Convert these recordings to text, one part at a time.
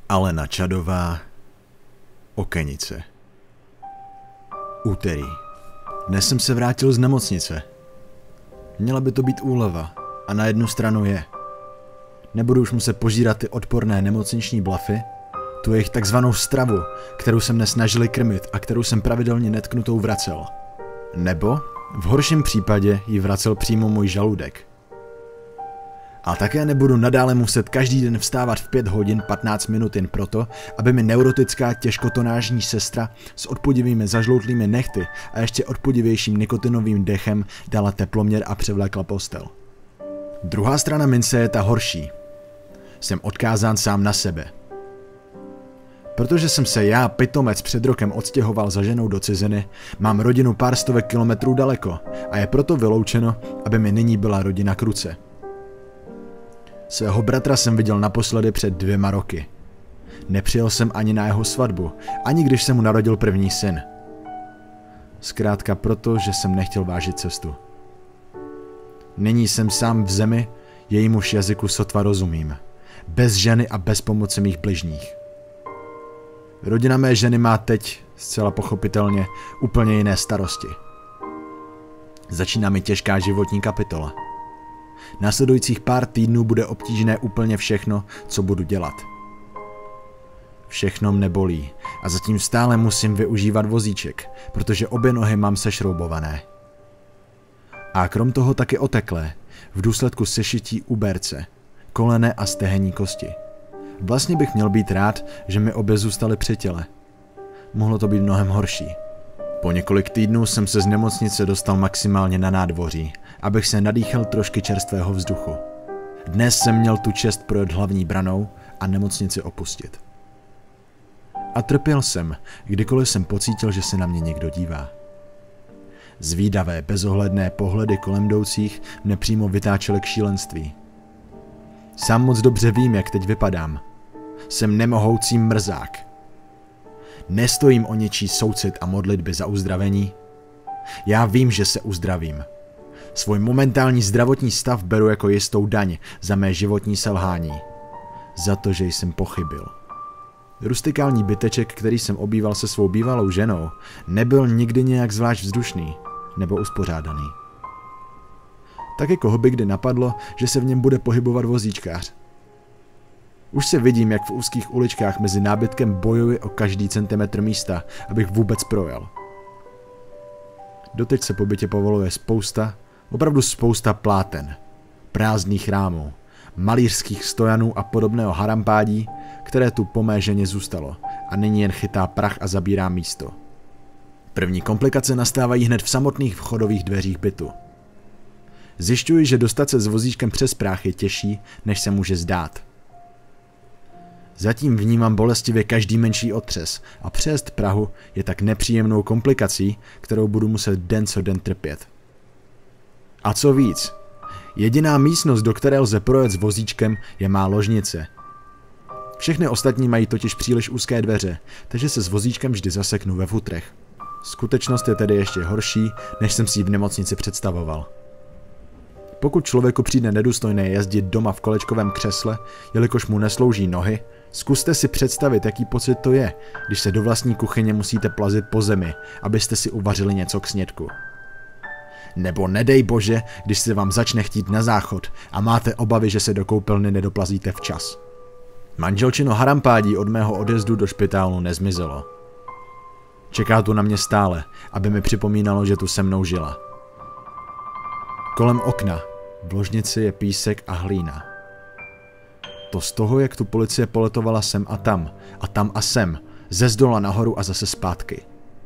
Alena Čadová, Okenice. Úterý. Dnes jsem se vrátil z nemocnice. Měla by to být úleva a na jednu stranu je. Nebudu už muset požírat ty odporné nemocniční blafy, tu jejich takzvanou stravu, kterou jsem nesnažili krmit a kterou jsem pravidelně netknutou vracel. Nebo v horším případě ji vracel přímo můj žaludek. A také nebudu nadále muset každý den vstávat v 5 hodin 15 minut jen proto, aby mi neurotická těžkotonážní sestra s odpudivými zažloutlými nehty a ještě odpudivějším nikotinovým dechem dala teploměr a převlékla postel. Druhá strana mince je ta horší. Jsem odkázán sám na sebe. Protože jsem se já, pitomec, před rokem odstěhoval za ženou do ciziny, mám rodinu pár stovek kilometrů daleko a je proto vyloučeno, aby mi nyní byla rodina k ruce. Svého bratra jsem viděl naposledy před 2 roky. Nepřijel jsem ani na jeho svatbu, ani když se mu narodil první syn. Zkrátka proto, že jsem nechtěl vážit cestu. Nyní jsem sám v zemi, jejímuž jazyku sotva rozumím. Bez ženy a bez pomoci mých bližních. Rodina mé ženy má teď, zcela pochopitelně, úplně jiné starosti. Začíná mi těžká životní kapitola. Následujících pár týdnů bude obtížné úplně všechno, co budu dělat. Všechno mne bolí a zatím stále musím využívat vozíček, protože obě nohy mám sešroubované. A krom toho taky oteklé, v důsledku sešití uberce, kolene a stehenní kosti. Vlastně bych měl být rád, že mi obě zůstaly při těle. Mohlo to být mnohem horší. Po několik týdnů jsem se z nemocnice dostal maximálně na nádvoří, abych se nadýchal trošky čerstvého vzduchu. Dnes jsem měl tu čest projet hlavní branou a nemocnici opustit. A trpěl jsem, kdykoliv jsem pocítil, že se na mě někdo dívá. Zvídavé, bezohledné pohledy kolem jdoucích mne přímo vytáčely k šílenství. Sám moc dobře vím, jak teď vypadám. Jsem nemohoucí mrzák. Nestojím o něčí soucit a modlitby za uzdravení. Já vím, že se uzdravím. Svůj momentální zdravotní stav beru jako jistou daň za mé životní selhání. Za to, že jsem pochybil. Rustikální byteček, který jsem obýval se svou bývalou ženou, nebyl nikdy nějak zvlášť vzdušný nebo uspořádaný. Taky koho by kdy napadlo, že se v něm bude pohybovat vozíčkář. Už se vidím, jak v úzkých uličkách mezi nábytkem bojuji o každý centimetr místa, abych vůbec projel. Doteď se po bytě povoluje spousta, opravdu spousta pláten, prázdných rámů, malířských stojanů a podobného harampádí, které tu po mé ženě zůstalo a nyní jen chytá prach a zabírá místo. První komplikace nastávají hned v samotných vchodových dveřích bytu. Zjišťuji, že dostat se s vozíčkem přes práh je těžší, než se může zdát. Zatím vnímám bolestivě každý menší otřes a přejezd prahu je tak nepříjemnou komplikací, kterou budu muset den co den trpět. A co víc, jediná místnost, do které lze projet s vozíčkem, je má ložnice. Všechny ostatní mají totiž příliš úzké dveře, takže se s vozíčkem vždy zaseknu ve futrech. Skutečnost je tedy ještě horší, než jsem si ji v nemocnici představoval. Pokud člověku přijde nedůstojné jezdit doma v kolečkovém křesle, jelikož mu neslouží nohy, zkuste si představit, jaký pocit to je, když se do vlastní kuchyně musíte plazit po zemi, abyste si uvařili něco k snědku. Nebo nedej bože, když se vám začne chtít na záchod a máte obavy, že se do koupelny nedoplazíte včas. Manželčino harampádí od mého odjezdu do špitálu nezmizelo. Čeká tu na mě stále, aby mi připomínalo, že tu se mnou žila. Kolem okna v ložnici je písek a hlína. To z toho, jak tu policie poletovala sem a tam a sem, ze zdola nahoru a zase zpátky.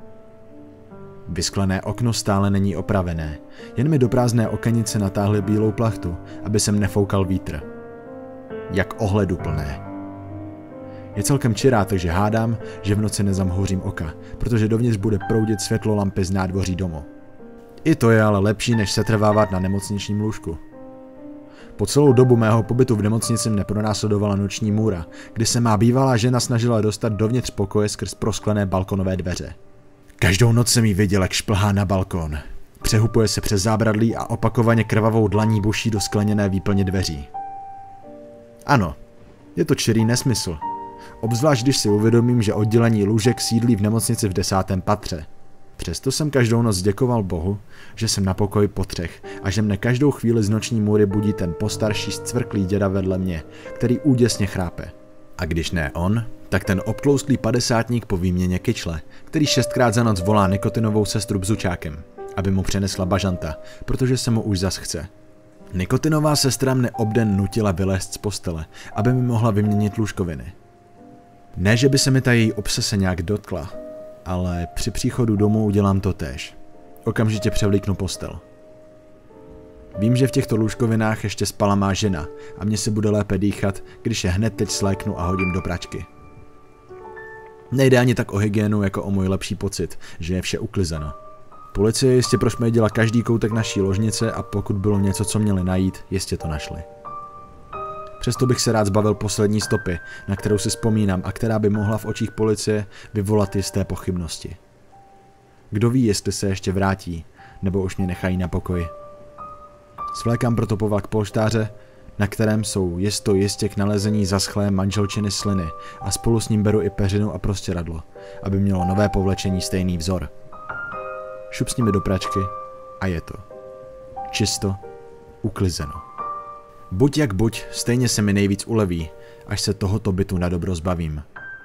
Vysklené okno stále není opravené, jen mi do prázdné okenice natáhli bílou plachtu, aby sem nefoukal vítr. Jak ohleduplné. Je celkem čirá, takže hádám, že v noci nezamhouřím oka, protože dovnitř bude proudit světlo lampy z nádvoří domu. I to je ale lepší, než setrvávat na nemocničním lůžku. Po celou dobu mého pobytu v nemocnici mne pronásledovala noční můra, kdy se má bývalá žena snažila dostat dovnitř pokoje skrz prosklené balkonové dveře. Každou noc jsem jí viděl, jak šplhá na balkon. Přehupuje se přes zábradlí a opakovaně krvavou dlaní buší do skleněné výplně dveří. Ano, je to čirý nesmysl. Obzvlášť když si uvědomím, že oddělení lůžek sídlí v nemocnici v 10. patře. Přesto jsem každou noc děkoval Bohu, že jsem na pokoji po 3 a že mne každou chvíli z noční můry budí ten postarší zcvrklý děda vedle mě, který úděsně chrápe. A když ne on, tak ten obtloustlý padesátník po výměně kyčle, který 6krát za noc volá nikotinovou sestru bzučákem, aby mu přenesla bažanta, protože se mu už zas chce. Nikotinová sestra mne obden nutila vylézt z postele, aby mi mohla vyměnit lůžkoviny. Ne, že by se mi ta její obsese nějak dotkla, ale při příchodu domů udělám to též. Okamžitě převlíknu postel. Vím, že v těchto lůžkovinách ještě spala má žena a mně se bude lépe dýchat, když je hned teď sléknu a hodím do pračky. Nejde ani tak o hygienu, jako o můj lepší pocit, že je vše uklizeno. Policie jistě prošmejdila každý koutek naší ložnice a pokud bylo něco, co měli najít, jistě to našli. Přesto bych se rád zbavil poslední stopy, na kterou si vzpomínám a která by mohla v očích policie vyvolat jisté pochybnosti. Kdo ví, jestli se ještě vrátí, nebo už mě nechají na pokoji. Svlékám proto povlak polštáře, na kterém jsou jistě k nalezení zaschlé manželčiny sliny a spolu s ním beru i peřinu a prostěradlo, aby mělo nové povlečení stejný vzor. Šup s nimi do pračky a je to. Čisto, uklizeno. Buď jak buď, stejně se mi nejvíc uleví, až se tohoto bytu nadobro zbavím.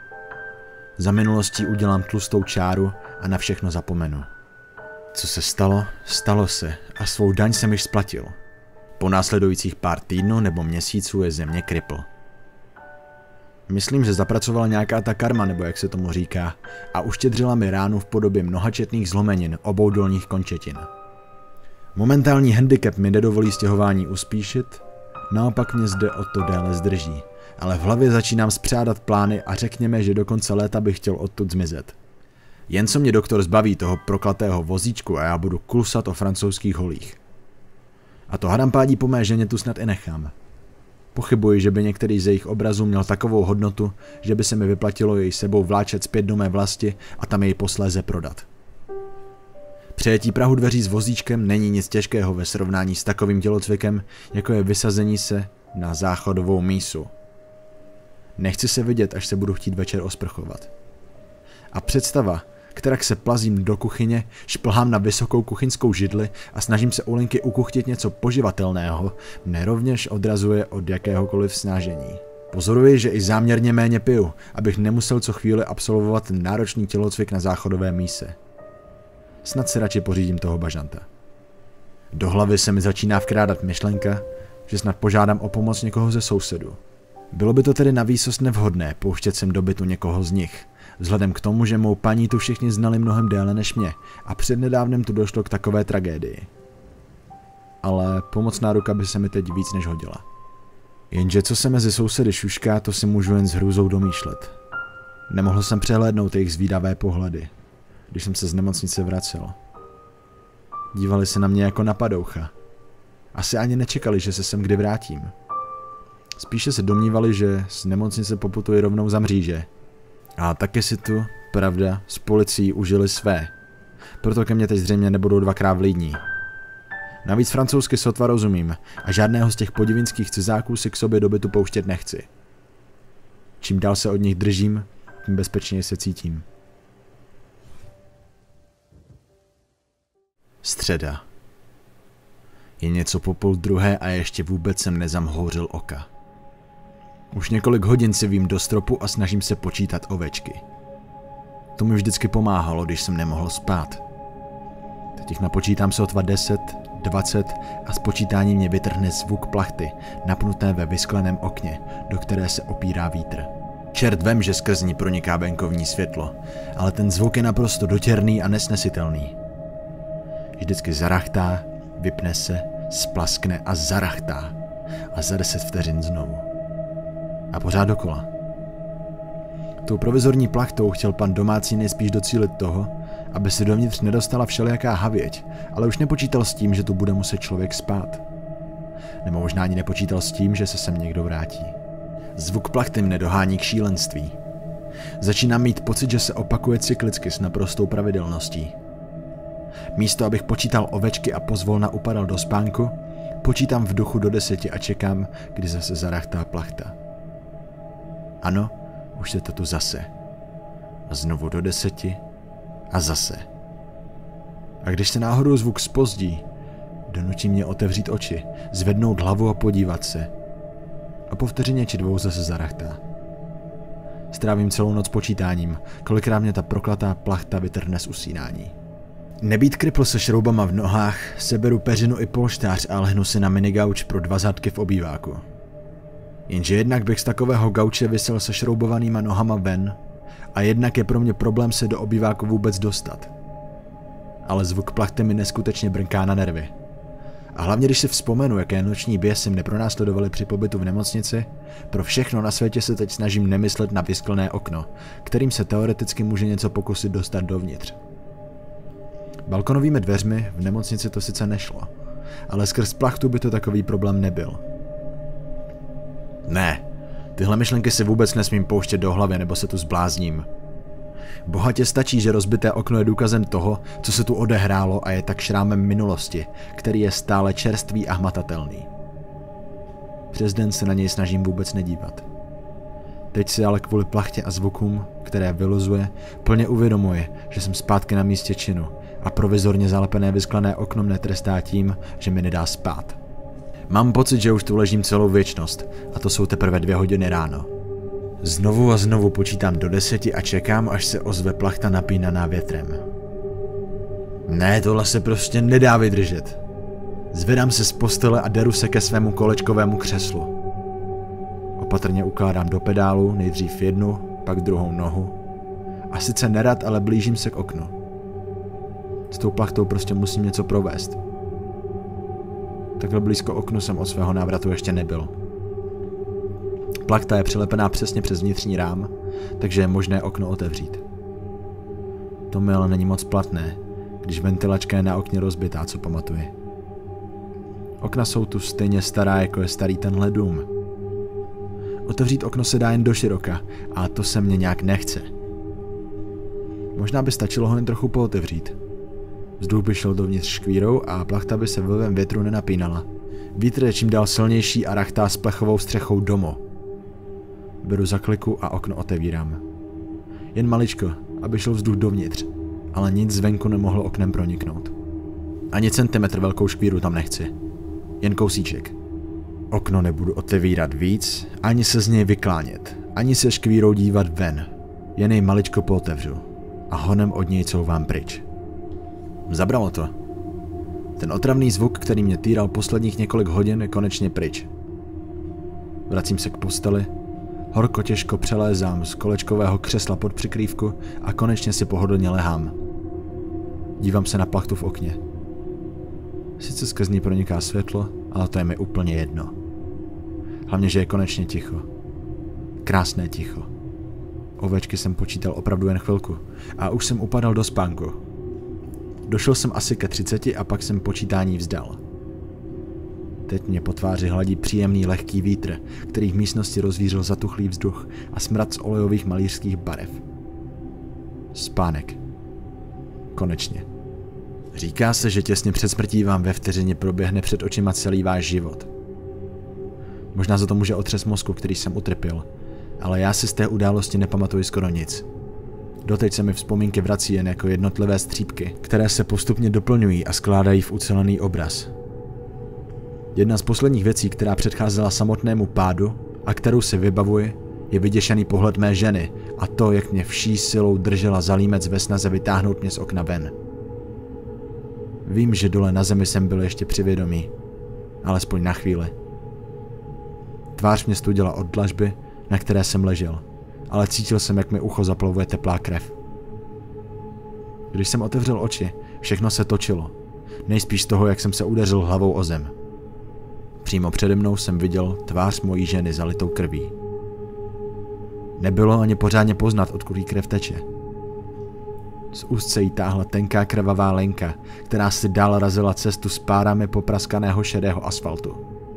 Za minulostí udělám tlustou čáru a na všechno zapomenu. Co se stalo, stalo se a svou daň jsem již splatil. Po následujících pár týdnů nebo měsíců je ze mě kripl. Myslím, že zapracovala nějaká ta karma, nebo jak se tomu říká, a uštědřila mi ránu v podobě mnohačetných zlomenin obou dolních končetin. Momentální handicap mi nedovolí stěhování uspíšit, naopak mě zde o to déle zdrží, ale v hlavě začínám spřádat plány a řekněme, že do konce léta bych chtěl odtud zmizet. Jen co mě doktor zbaví toho proklatého vozíčku a já budu klusat o francouzských holích. A to harampádí po mé ženě tu snad i nechám. Pochybuji, že by některý z jejich obrazů měl takovou hodnotu, že by se mi vyplatilo jej sebou vláčet zpět do mé vlasti a tam jej posléze prodat. Přejetí prahu dveří s vozíčkem není nic těžkého ve srovnání s takovým tělocvikem, jako je vysazení se na záchodovou mísu. Nechci se vidět, až se budu chtít večer osprchovat. A představa, kterak se plazím do kuchyně, šplhám na vysokou kuchyňskou židli a snažím se u Linky ukuchtit něco poživatelného, mne rovněž odrazuje od jakéhokoliv snažení. Pozoruji, že i záměrně méně piju, abych nemusel co chvíli absolvovat náročný tělocvik na záchodové míse. Snad si radši pořídím toho bažanta. Do hlavy se mi začíná vkrádat myšlenka, že snad požádám o pomoc někoho ze sousedů. Bylo by to tedy navýsost nevhodné pouštět sem do bytu někoho z nich, vzhledem k tomu, že mou paní tu všichni znali mnohem déle než mě a přednedávnem tu došlo k takové tragédii. Ale pomocná ruka by se mi teď víc než hodila. Jenže co se mezi sousedy šušká, to si můžu jen s hrůzou domýšlet. Nemohl jsem přehlédnout jejich zvídavé pohledy, když jsem se z nemocnice vracel. Dívali se na mě jako na padoucha. Asi ani nečekali, že se sem kdy vrátím. Spíše se domnívali, že z nemocnice poputuji rovnou za mříže. A taky si tu, pravda, s policií užili své. Proto ke mně teď zřejmě nebudou dvakrát vlídní. Navíc francouzsky sotva rozumím a žádného z těch podivínských cizáků si k sobě do bytu pouštět nechci. Čím dál se od nich držím, tím bezpečněji se cítím. Středa. Je něco po 12:30 a ještě vůbec jsem nezamhouřil oka. Už několik hodin si vím do stropu a snažím se počítat ovečky. To mi vždycky pomáhalo, když jsem nemohl spát. Teď jich napočítám sotva 10, 20 a z počítání mě vytrhne zvuk plachty, napnuté ve vyskleném okně, do které se opírá vítr. Čert vem, že skrz ní proniká venkovní světlo, ale ten zvuk je naprosto dotěrný a nesnesitelný. Vždycky zarachtá, vypne se, splaskne a zarachtá. A za 10 vteřin znovu. A pořád dokola. Tou provizorní plachtou chtěl pan domácí nejspíš docílit toho, aby si dovnitř nedostala všelijaká havěť, ale už nepočítal s tím, že tu bude muset člověk spát. Nebo možná ani nepočítal s tím, že se sem někdo vrátí. Zvuk plachty mne dohání k šílenství. Začínám mít pocit, že se opakuje cyklicky s naprostou pravidelností. Místo, abych počítal ovečky a pozvolna upadal do spánku, počítám v duchu do 10 a čekám, kdy zase zarachtá plachta. Ano, Už je to tu zase. A znovu do 10 a zase. A když se náhodou zvuk zpozdí, donutí mě otevřít oči, zvednout hlavu a podívat se. A po vteřině či dvou zase zarachtá. Strávím celou noc počítáním, kolikrát mě ta proklatá plachta vytrhne z usínání. Nebýt kripl se šroubama v nohách, seberu peřinu i polštář a lehnu si na minigauč pro 2 zadky v obýváku. Jenže jednak bych z takového gauče visel se šroubovanýma nohama ven a jednak je pro mě problém se do obýváku vůbec dostat. Ale zvuk plachty mi neskutečně brnká na nervy. A hlavně když si vzpomenu, jaké noční běsy mě pronásledovaly při pobytu v nemocnici, pro všechno na světě se teď snažím nemyslet na vysklené okno, kterým se teoreticky může něco pokusit dostat dovnitř. Balkonovými dveřmi v nemocnici to sice nešlo, ale skrz plachtu by to takový problém nebyl. Ne, tyhle myšlenky si vůbec nesmím pouštět do hlavy, nebo se tu zblázním. Bohatě stačí, že rozbité okno je důkazem toho, co se tu odehrálo a je tak šrámem minulosti, který je stále čerstvý a hmatatelný. Přes den se na něj snažím vůbec nedívat. Teď si ale kvůli plachtě a zvukům, které vyluzuje, plně uvědomuji, že jsem zpátky na místě činu a provizorně zalepené vysklené okno mne trestá tím, že mi nedá spát. Mám pocit, že už tu ležím celou věčnost a to jsou teprve 2 hodiny ráno. Znovu a znovu počítám do 10 a čekám, až se ozve plachta napínaná větrem. Ne, tohle se prostě nedá vydržet. Zvedám se z postele a deru se ke svému kolečkovému křeslu. Opatrně ukládám do pedálu nejdřív jednu, pak druhou nohu. A sice nerad, ale blížím se k oknu. S tou plachtou prostě musím něco provést. Takhle blízko oknu jsem od svého návratu ještě nebyl. Plachta je přilepená přesně přes vnitřní rám, takže je možné okno otevřít. To mi ale není moc platné, když ventilačka je na okně rozbitá, co pamatuji. Okna jsou tu stejně stará, jako je starý tenhle dům. Otevřít okno se dá jen doširoka a to se mně nějak nechce. Možná by stačilo ho jen trochu pootevřít. Vzduch by šel dovnitř škvírou a plachta by se v vlivem větru nenapínala. Vítr je čím dál silnější a rachtá s plechovou střechou domo. Beru zakliku a okno otevírám. Jen maličko, aby šel vzduch dovnitř, ale nic zvenku nemohlo oknem proniknout. Ani centimetr velkou škvíru tam nechci. Jen kousíček. Okno nebudu otevírat víc, ani se z něj vyklánět, ani se škvírou dívat ven. Jen jej maličko pootevřu a honem od něj couvám pryč. Zabralo to. Ten otravný zvuk, který mě týral posledních několik hodin, je konečně pryč. Vracím se k posteli, horko těžko přelézám z kolečkového křesla pod přikrývku a konečně si pohodlně lehám. Dívám se na plachtu v okně. Sice skrz ní proniká světlo, ale to je mi úplně jedno. Hlavně, že je konečně ticho. Krásné ticho. Ovečky jsem počítal opravdu jen chvilku a už jsem upadal do spánku. Došel jsem asi ke 30 a pak jsem počítání vzdal. Teď mě po tváři hladí příjemný lehký vítr, který v místnosti rozvířil zatuchlý vzduch a smrad z olejových malířských barev. Spánek. Konečně. Říká se, že těsně před smrtí vám ve vteřině proběhne před očima celý váš život. Možná za to může otřes mozku, který jsem utrpěl, ale já si z té události nepamatuji skoro nic. Doteď se mi vzpomínky vrací jen jako jednotlivé střípky, které se postupně doplňují a skládají v ucelený obraz. Jedna z posledních věcí, která předcházela samotnému pádu a kterou si vybavuji, je vyděšený pohled mé ženy a to, jak mě vší silou držela za límec ve snaze vytáhnout mě z okna ven. Vím, že dole na zemi jsem byl ještě při vědomí, alespoň na chvíli. Tvář mě studila od dlažby, na které jsem ležel, ale cítil jsem, jak mi ucho zaplavuje teplá krev. Když jsem otevřel oči, všechno se točilo, nejspíš z toho, jak jsem se udeřil hlavou o zem. Přímo přede mnou jsem viděl tvář mojí ženy zalitou krví. Nebylo ani pořádně poznat, odkud jí krev teče. Z úzce jí táhla tenká krvavá lenka, která si dál razila cestu s párami popraskaného šedého asfaltu.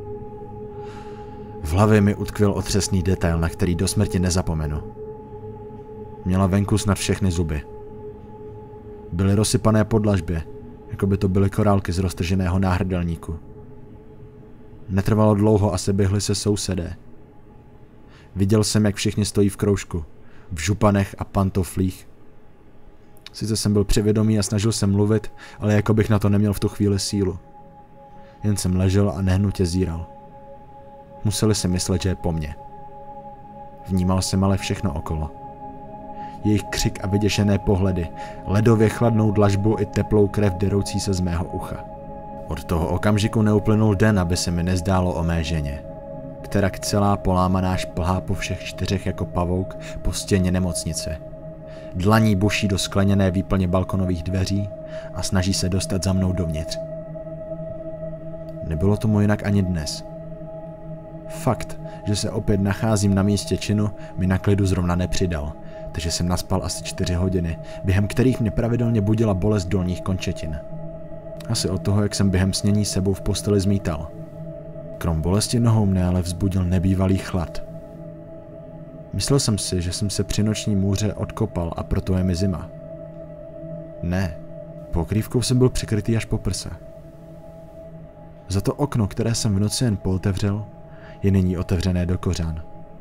V hlavě mi utkvěl otřesný detail, na který do smrti nezapomenu. Měla venku snad všechny zuby. Byly rozsypané po dlažbě, jako by to byly korálky z roztrženého náhrdelníku. Netrvalo dlouho a seběhli se sousedé. Viděl jsem, jak všichni stojí v kroužku, v županech a pantoflích. Sice jsem byl přivědomý a snažil se mluvit, ale jako bych na to neměl v tu chvíli sílu. Jen jsem ležel a nehnutě zíral. Museli si myslet, že je po mně. Vnímal jsem ale všechno okolo. Jejich křik a vyděšené pohledy, ledově chladnou dlažbu i teplou krev deroucí se z mého ucha. Od toho okamžiku neuplynul den, aby se mi nezdálo o mé ženě, která celá polámaná šplhá po všech 4 jako pavouk po stěně nemocnice. Dlaní buší do skleněné výplně balkonových dveří a snaží se dostat za mnou dovnitř. Nebylo tomu jinak ani dnes. Fakt, že se opět nacházím na místě činu, mi na klidu zrovna nepřidal, takže jsem naspal asi 4 hodiny, během kterých mě pravidelně budila bolest dolních končetin. Asi od toho, jak jsem během snění sebou v posteli zmítal. Krom bolesti nohou mne ale vzbudil nebývalý chlad. Myslel jsem si, že jsem se při noční můře odkopal a proto je mi zima. Ne, pokrývkou jsem byl přikrytý až po prsa. Za to okno, které jsem v noci jen pootevřel, je nyní otevřené do kořán.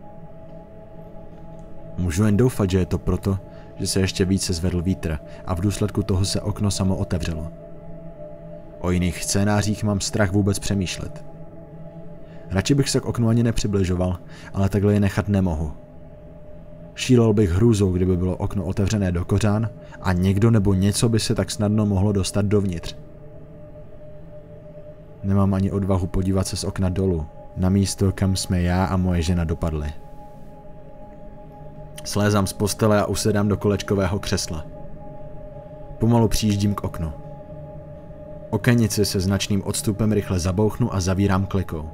Můžu jen doufat, že je to proto, že se ještě více zvedl vítr a v důsledku toho se okno samo otevřelo. O jiných scénářích mám strach vůbec přemýšlet. Radši bych se k oknu ani nepřibližoval, ale takhle je nechat nemohu. Šílel bych hrůzou, kdyby bylo okno otevřené do kořán a někdo nebo něco by se tak snadno mohlo dostat dovnitř. Nemám ani odvahu podívat se z okna dolů, na místo, kam jsme já a moje žena dopadli. Slézám z postele a usedám do kolečkového křesla. Pomalu přijíždím k oknu. Okenici se značným odstupem rychle zabouchnu a zavírám klikou.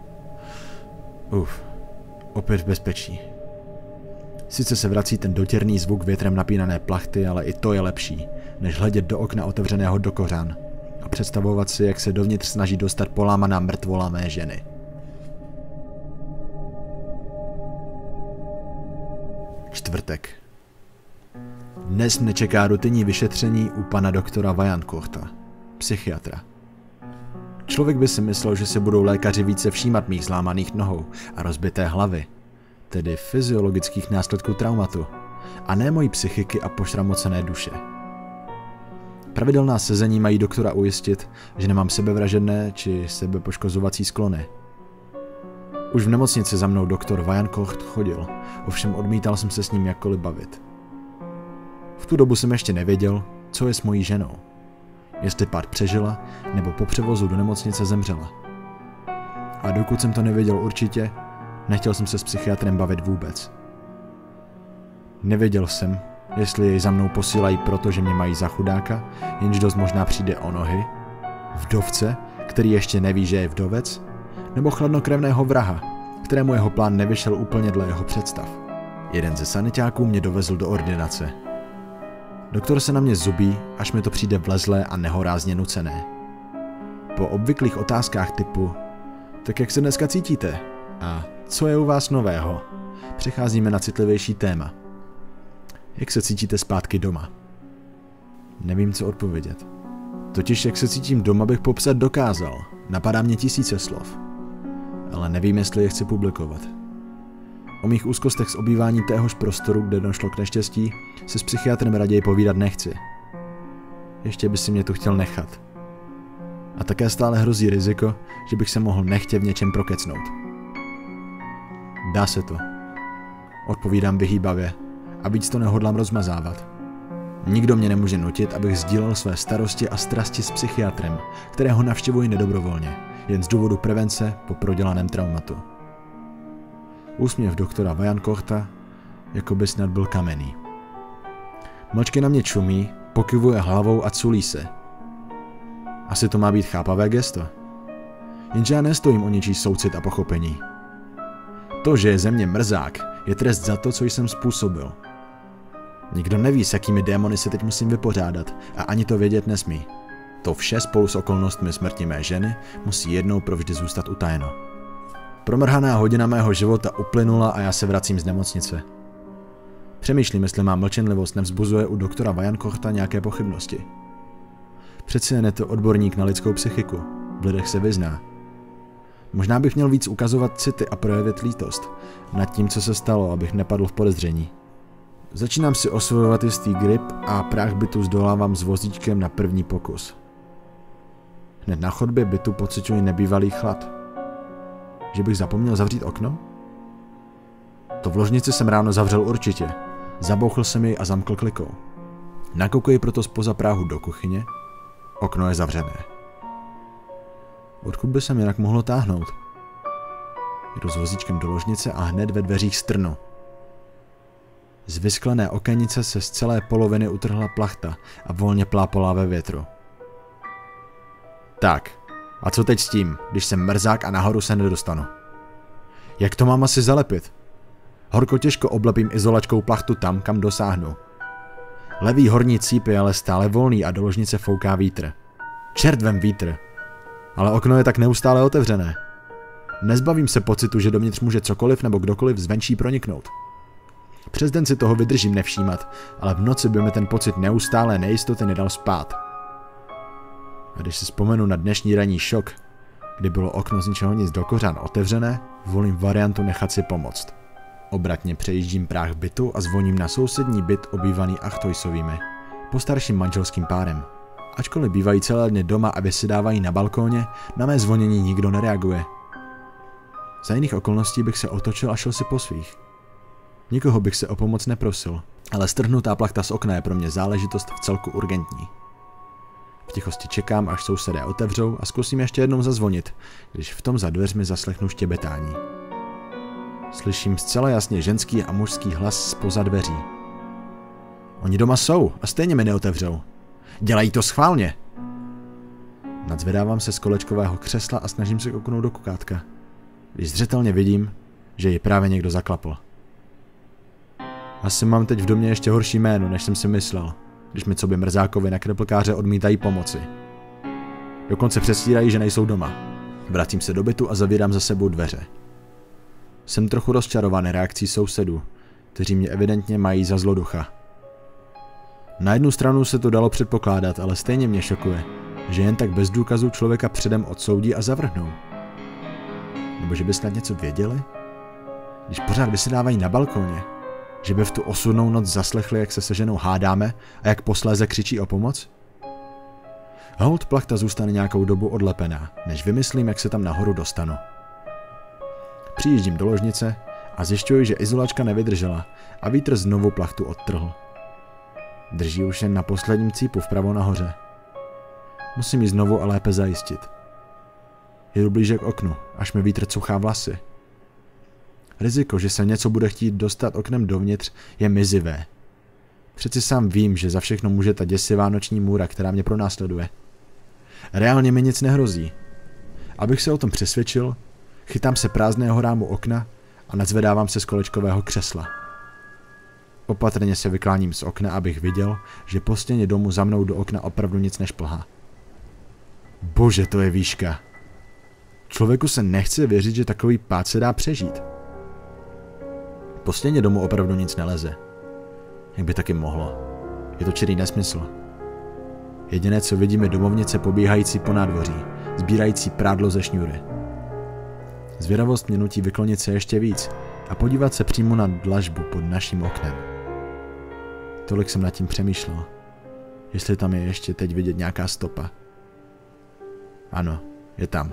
Opět v bezpečí. Sice se vrací ten dotěrný zvuk větrem napínané plachty, ale i to je lepší, než hledět do okna otevřeného do kořán a představovat si, jak se dovnitř snaží dostat polámaná mrtvola mé ženy. Čtvrtek. Dnes mne čeká rutinní vyšetření u pana doktora Vajankochta, psychiatra. Člověk by si myslel, že se budou lékaři více všímat mých zlámaných nohou a rozbité hlavy, tedy fyziologických následků traumatu, a ne mojí psychiky a pošramocené duše. Pravidelná sezení mají doktora ujistit, že nemám sebevražedné či sebepoškozovací sklony. Už v nemocnici za mnou doktor Vajankocht chodil, ovšem odmítal jsem se s ním jakkoliv bavit. V tu dobu jsem ještě nevěděl, co je s mojí ženou. Jestli pád přežila, nebo po převozu do nemocnice zemřela. A dokud jsem to nevěděl určitě, nechtěl jsem se s psychiatrem bavit vůbec. Nevěděl jsem, jestli jej za mnou posílají proto, že mě mají za chudáka, jenž dost možná přijde o nohy, vdovce, který ještě neví, že je vdovec, nebo chladnokrevného vraha, kterému jeho plán nevyšel úplně dle jeho představ. Jeden ze sanitáků mě dovezl do ordinace. Doktor se na mě zubí, až mi to přijde vlezlé a nehorázně nucené. Po obvyklých otázkách typu tak jak se dneska cítíte? A co je u vás nového? Přecházíme na citlivější téma. Jak se cítíte zpátky doma? Nevím, co odpovědět. Totiž jak se cítím doma bych popsat dokázal. Napadá mě tisíce slov. Ale nevím, jestli je chci publikovat. O mých úzkostech z obývání téhož prostoru, kde došlo k neštěstí, se s psychiatrem raději povídat nechci. Ještě by si mě tu chtěl nechat. A také stále hrozí riziko, že bych se mohl nechtě v něčem prokecnout. Dá se to. Odpovídám vyhýbavě a víc to nehodlám rozmazávat. Nikdo mě nemůže nutit, abych sdílel své starosti a strasti s psychiatrem, kterého navštěvuji nedobrovolně, jen z důvodu prevence po prodělaném traumatu. Úsměv doktora Vajankochta jako by snad byl kamenný. Mlčky na mě čumí, pokyvuje hlavou a culí se. Asi to má být chápavé gesto. Jenže já nestojím o ničí soucit a pochopení. To, že je ze mě mrzák, je trest za to, co jsem způsobil. Nikdo neví, s jakými démony se teď musím vypořádat a ani to vědět nesmí. To vše spolu s okolnostmi smrti mé ženy musí jednou provždy zůstat utajeno. Promrhaná hodina mého života uplynula a já se vracím z nemocnice. Přemýšlím, jestli má mlčenlivost nevzbuzuje u doktora Vajankochta nějaké pochybnosti. Přeci jen je to odborník na lidskou psychiku, v lidech se vyzná. Možná bych měl víc ukazovat city a projevit lítost nad tím, co se stalo, abych nepadl v podezření. Začínám si osvojovat jistý grip a práh bytu zdolávám s vozíčkem na první pokus. Hned na chodbě bytu pociťuji nebývalý chlad. Že bych zapomněl zavřít okno? To v ložnici jsem ráno zavřel určitě. Zabouchl jsem jej a zamkl klikou. Nakoukuji proto zpoza práhu do kuchyně. Okno je zavřené. Odkud by se mi jinak mohlo táhnout? Jdu s vozíčkem do ložnice a hned ve dveřích strnu. Z vysklené okenice se z celé poloviny utrhla plachta a volně plápolá ve větru. Tak, a co teď s tím, když jsem mrzák a nahoru se nedostanu? Jak to mám asi zalepit? Horko těžko oblepím izolačkou plachtu tam, kam dosáhnu. Levý horní cíp je ale stále volný a do ložnice fouká vítr. Čert vem vítr. Ale okno je tak neustále otevřené. Nezbavím se pocitu, že dovnitř může cokoliv nebo kdokoliv zvenčí proniknout. Přes den si toho vydržím nevšímat, ale v noci by mi ten pocit neustálé nejistoty nedal spát. A když si vzpomenu na dnešní ranní šok, kdy bylo okno z ničeho nic do kořán otevřené, volím variantu nechat si pomoct. Obratně přejíždím práh bytu a zvoním na sousední byt obývaný Achtojsovými, postarším manželským párem. Ačkoliv bývají celé dny doma a vysedávají na balkóně, na mé zvonění nikdo nereaguje. Za jiných okolností bych se otočil a šel si po svých. Nikoho bych se o pomoc neprosil, ale strhnutá plachta z okna je pro mě záležitost vcelku urgentní. V tichosti čekám, až sousedé otevřou a zkusím ještě jednou zazvonit, když v tom za dveřmi zaslechnu štěbetání. Slyším zcela jasně ženský a mužský hlas zpoza dveří. Oni doma jsou a stejně mi neotevřou. Dělají to schválně. Nadzvedávám se z kolečkového křesla a snažím se kouknout do kukátka, když zřetelně vidím, že ji právě někdo zaklapl. Asi mám teď v domě ještě horší jméno, než jsem si myslel, když mi coby mrzákovi na kreplkáře odmítají pomoci. Dokonce předstírají, že nejsou doma. Vracím se do bytu a zavírám za sebou dveře. Jsem trochu rozčarovaný reakcí sousedů, kteří mě evidentně mají za zloducha. Na jednu stranu se to dalo předpokládat, ale stejně mě šokuje, že jen tak bez důkazů člověka předem odsoudí a zavrhnou. Nebo že by snad něco věděli? Když pořád vysedávají na balkóně, že by v tu osudnou noc zaslechli, jak se se ženou hádáme a jak posléze křičí o pomoc? Holt plachta zůstane nějakou dobu odlepená, než vymyslím, jak se tam nahoru dostanu. Přijíždím do ložnice a zjišťuji, že izolačka nevydržela a vítr znovu plachtu odtrhl. Drží už jen na posledním cípu vpravo nahoře. Musím ji znovu a lépe zajistit. Jdu blíže k oknu, až mi vítr cuchá vlasy. Riziko, že se něco bude chtít dostat oknem dovnitř, je mizivé. Přeci sám vím, že za všechno může ta děsivá noční můra, která mě pronásleduje. Reálně mi nic nehrozí. Abych se o tom přesvědčil, chytám se prázdného rámu okna a nadzvedávám se z kolečkového křesla. Opatrně se vykláním z okna, abych viděl, že po stěně domu za mnou do okna opravdu nic nešplhá. Bože, to je výška. Člověku se nechce věřit, že takový pád se dá přežít. Po stěně domu opravdu nic neleze. Jak by taky mohlo. Je to čirý nesmysl. Jediné, co vidím, je domovnice pobíhající po nádvoří, sbírající prádlo ze šňůry. Zvědavost mě nutí vyklonit se ještě víc a podívat se přímo na dlažbu pod naším oknem. Tolik jsem nad tím přemýšlel. Jestli tam je ještě teď vidět nějaká stopa. Ano, je tam.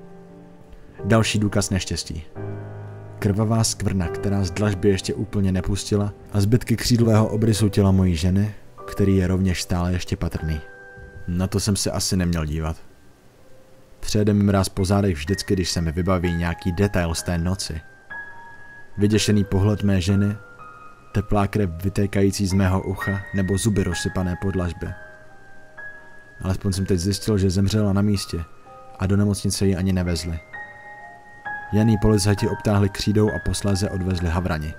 Další důkaz neštěstí. Krvavá skvrna, která z dlažby ještě úplně nepustila, a zbytky křídlového obrysu těla mojí ženy, který je rovněž stále ještě patrný. Na to jsem se asi neměl dívat. Přejede mi mráz po zádech vždycky, když se mi vybaví nějaký detail z té noci. Vyděšený pohled mé ženy, teplá krev vytékající z mého ucha nebo zuby rozsypané po dlažbě. Alespoň jsem teď zjistil, že zemřela na místě a do nemocnice ji ani nevezli. Jen jí policajti obtáhli křídou a posléze odvezli havrani.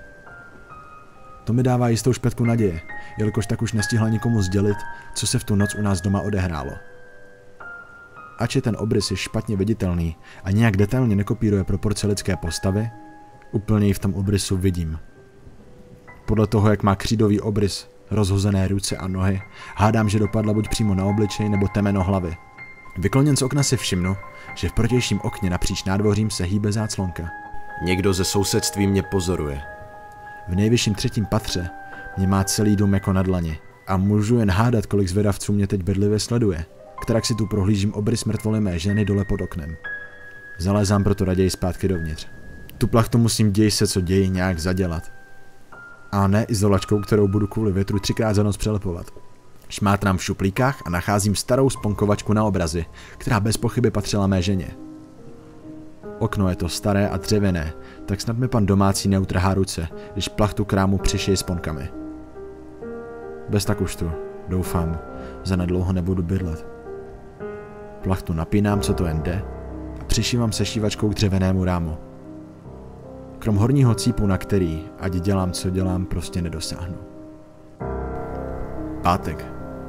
To mi dává jistou špetku naděje, jelikož tak už nestihla nikomu sdělit, co se v tu noc u nás doma odehrálo. Ač je ten obrys je špatně viditelný a nějak detailně nekopíruje proporce lidské postavy, úplně ji v tom obrysu vidím. Podle toho, jak má křídový obrys, rozhozené ruce a nohy, hádám, že dopadla buď přímo na obličej nebo temeno hlavy. Vykloněn z okna si všimnu, že v protějším okně napříč nádvořím se hýbe záclonka. Někdo ze sousedství mě pozoruje. V nejvyšším 3. patře mě má celý dům jako na dlani a můžu jen hádat, kolik zvědavců mě teď bedlivě sleduje, kterak si tu prohlížím obrys mrtvoly mé ženy dole pod oknem. Zalézám proto raději zpátky dovnitř. Tu plachtu musím, děj se co děj, nějak zadělat. A ne izolačkou, kterou budu kvůli větru 3krát za noc přelepovat. Šmátrám v šuplíkách a nacházím starou sponkovačku na obrazy, která bez pochyby patřila mé ženě. Okno je to staré a dřevěné, tak snad mi pan domácí neutrhá ruce, když plachtu krámu přišije sponkami. Bez tak už tu, doufám, zanedlouho nebudu bydlet. Plachtu napínám, co to jen jde, a přišívám sešívačkou k dřevěnému rámu. Krom horního cípu, na který, ať dělám, co dělám, prostě nedosáhnu. Pátek.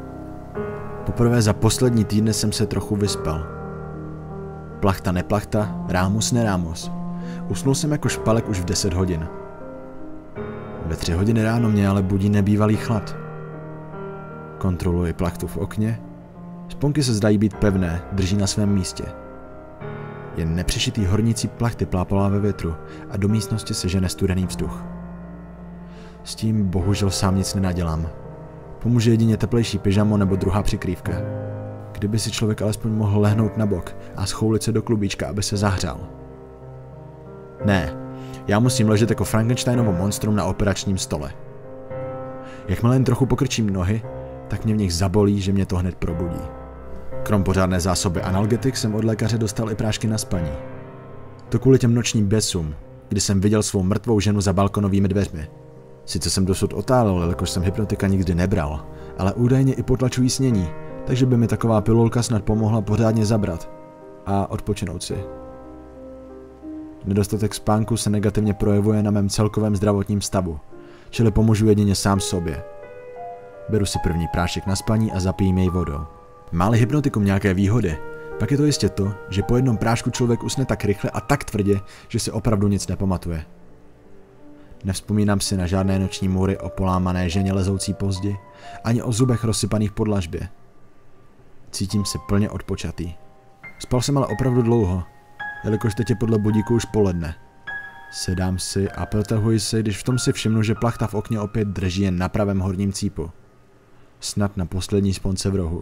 Poprvé za poslední týdny jsem se trochu vyspal. Plachta neplachta, rámus nerámus. Usnul jsem jako špalek už v 10 hodin. Ve 3 hodiny ráno mě ale budí nebývalý chlad. Kontroluji plachtu v okně. Sponky se zdají být pevné, drží na svém místě. Jen nepřešitý hornící plachty plápala ve větru a do místnosti se žene studený vzduch. S tím bohužel sám nic nenadělám. Pomůže jedině teplejší pyžamo nebo druhá přikrývka. Kdyby si člověk alespoň mohl lehnout na bok a schoulit se do klubíčka, aby se zahřál. Ne, já musím ležet jako Frankensteinovo monstrum na operačním stole. Jakmile jen trochu pokrčím nohy, tak mě v nich zabolí, že mě to hned probudí. Krom pořádné zásoby analgetik jsem od lékaře dostal i prášky na spaní. To kvůli těm nočním běsům, kdy jsem viděl svou mrtvou ženu za balkonovými dveřmi. Sice jsem dosud otálel, jelikož jsem hypnotika nikdy nebral, ale údajně i potlačují snění, takže by mi taková pilulka snad pomohla pořádně zabrat a odpočinout si. Nedostatek spánku se negativně projevuje na mém celkovém zdravotním stavu, čili pomůžu jedině sám sobě. Beru si první prášek na spaní a zapijím jej vodou. Má-li hypnotikum nějaké výhody, pak je to jistě to, že po jednom prášku člověk usne tak rychle a tak tvrdě, že si opravdu nic nepamatuje. Nevzpomínám si na žádné noční můry o polámané ženě lezoucí pozdi, ani o zubech rozsypaných po dlažbě. Cítím se plně odpočatý. Spal jsem ale opravdu dlouho, jelikož teď je podle budíku už poledne. Sedám si a protahuji si, když v tom si všimnu, že plachta v okně opět drží jen na pravém horním cípu. Snad na poslední sponce v rohu.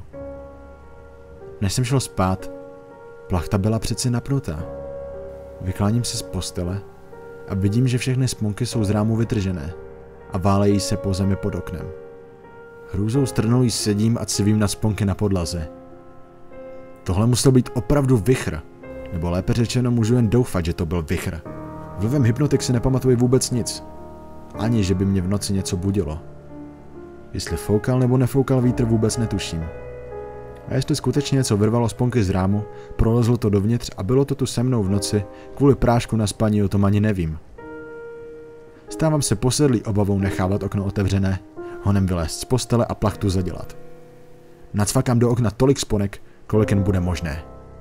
Než jsem šel spát, plachta byla přeci napnutá. Vykláním se z postele a vidím, že všechny sponky jsou z rámu vytržené a válejí se po zemi pod oknem. Hrůzou strnulý sedím a civím na sponky na podlaze. Tohle musel být opravdu vichr, nebo lépe řečeno můžu jen doufat, že to byl vichr. Vlivem hypnotik si nepamatuji vůbec nic, ani že by mě v noci něco budilo. Jestli foukal nebo nefoukal vítr, vůbec netuším. A jestli skutečně něco vyrvalo sponky z rámu, prolezlo to dovnitř a bylo to tu se mnou v noci, kvůli prášku na spaní, o tom ani nevím. Stávám se posedlý obavou nechávat okno otevřené, honem vylézt z postele a plachtu zadělat. Nacvakám do okna tolik sponek, kolik jen bude možné.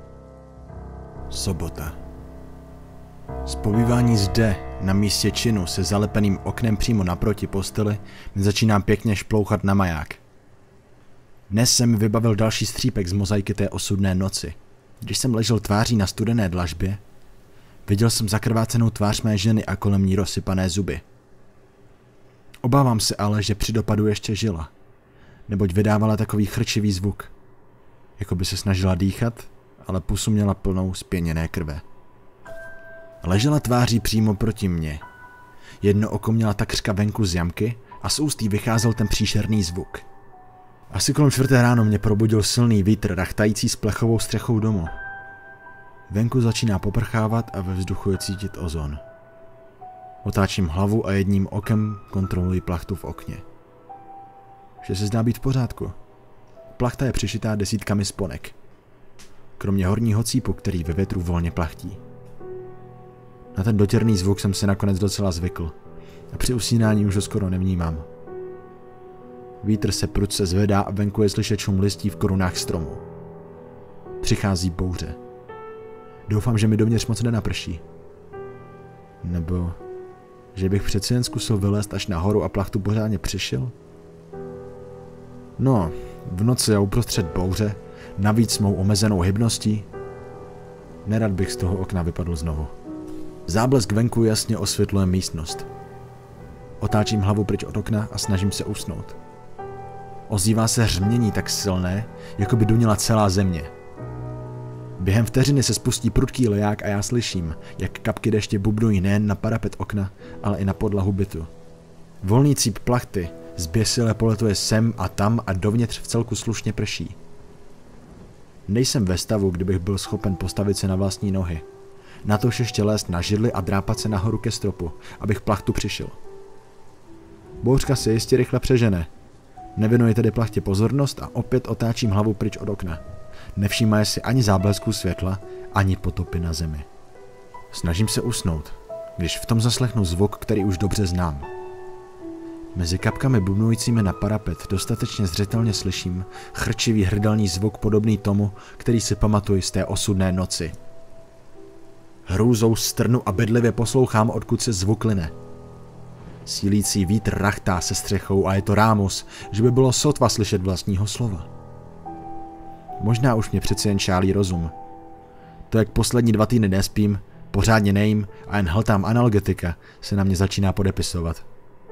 Sobota. Z pobývání zde, na místě činu, se zalepeným oknem přímo naproti posteli, mi začínám pěkně šplouchat na maják. Dnes jsem vybavil další střípek z mozaiky té osudné noci. Když jsem ležel tváří na studené dlažbě, viděl jsem zakrvácenou tvář mé ženy a kolem ní rozsypané zuby. Obávám se ale, že při dopadu ještě žila, neboť vydávala takový chrčivý zvuk. Jako by se snažila dýchat, ale pusu měla plnou zpěněné krve. Ležela tváří přímo proti mně. Jedno oko měla takřka venku z jamky a z úst jí vycházel ten příšerný zvuk. Asi kolem 4. ráno mě probudil silný vítr rachtající s plechovou střechou domu. Venku začíná poprchávat a ve vzduchu je cítit ozon. Otáčím hlavu a jedním okem kontroluji plachtu v okně. Vše se zdá být v pořádku. Plachta je přišitá desítkami sponek. Kromě horního cípu, který ve větru volně plachtí. Na ten dotěrný zvuk jsem si nakonec docela zvykl a při usínání už ho skoro nevnímám. Vítr se prudce zvedá a venku je slyšet šum listí v korunách stromů. Přichází bouře. Doufám, že mi dovnitř moc nenaprší. Nebo že bych přeci jen zkusil vylézt až nahoru a plachtu pořádně přišel? No, v noci a uprostřed bouře navíc s mou omezenou hybností. Nerad bych z toho okna vypadl znovu. Záblesk venku jasně osvětluje místnost. Otáčím hlavu pryč od okna a snažím se usnout. Ozývá se hřmění tak silné, jako by dunila celá země. Během vteřiny se spustí prudký leják a já slyším, jak kapky deště bubnují nejen na parapet okna, ale i na podlahu bytu. Volný cíp plachty zběsile poletuje sem a tam a dovnitř v celku slušně prší. Nejsem ve stavu, kdybych byl schopen postavit se na vlastní nohy. Natož ještě lézt na židli a drápat se nahoru ke stropu, abych plachtu přišil. Bouřka se jistě rychle přežene. Nevěnuji tedy plachtě pozornost a opět otáčím hlavu pryč od okna. Nevšímaje si ani záblesku světla, ani potopy na zemi. Snažím se usnout, když v tom zaslechnu zvuk, který už dobře znám. Mezi kapkami bubnujícími na parapet dostatečně zřetelně slyším chrčivý hrdelní zvuk podobný tomu, který si pamatuji z té osudné noci. Hrůzou strnu a bedlivě poslouchám, odkud se zvuk line. Sílící vítr rachtá se střechou a je to rámus, že by bylo sotva slyšet vlastního slova. Možná už mě přeci jen šálí rozum. To, jak poslední 2 týdny nespím, pořádně nejím a jen hltám analgetika, se na mě začíná podepisovat.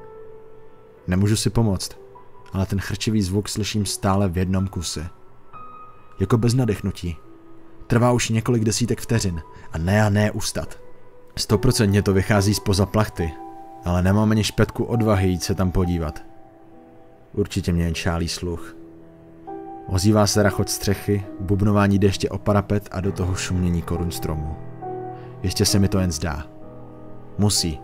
Nemůžu si pomoct, ale ten chrčivý zvuk slyším stále v jednom kuse. Jako bez nadechnutí. Trvá už několik desítek vteřin a ne ustat. 100% to vychází zpoza plachty, ale nemám ani špetku odvahy jít se tam podívat. Určitě mě jen šálí sluch. Ozývá se rachot střechy, bubnování deště o parapet a do toho šumění korun stromů. Ještě se mi to jen zdá. Musí.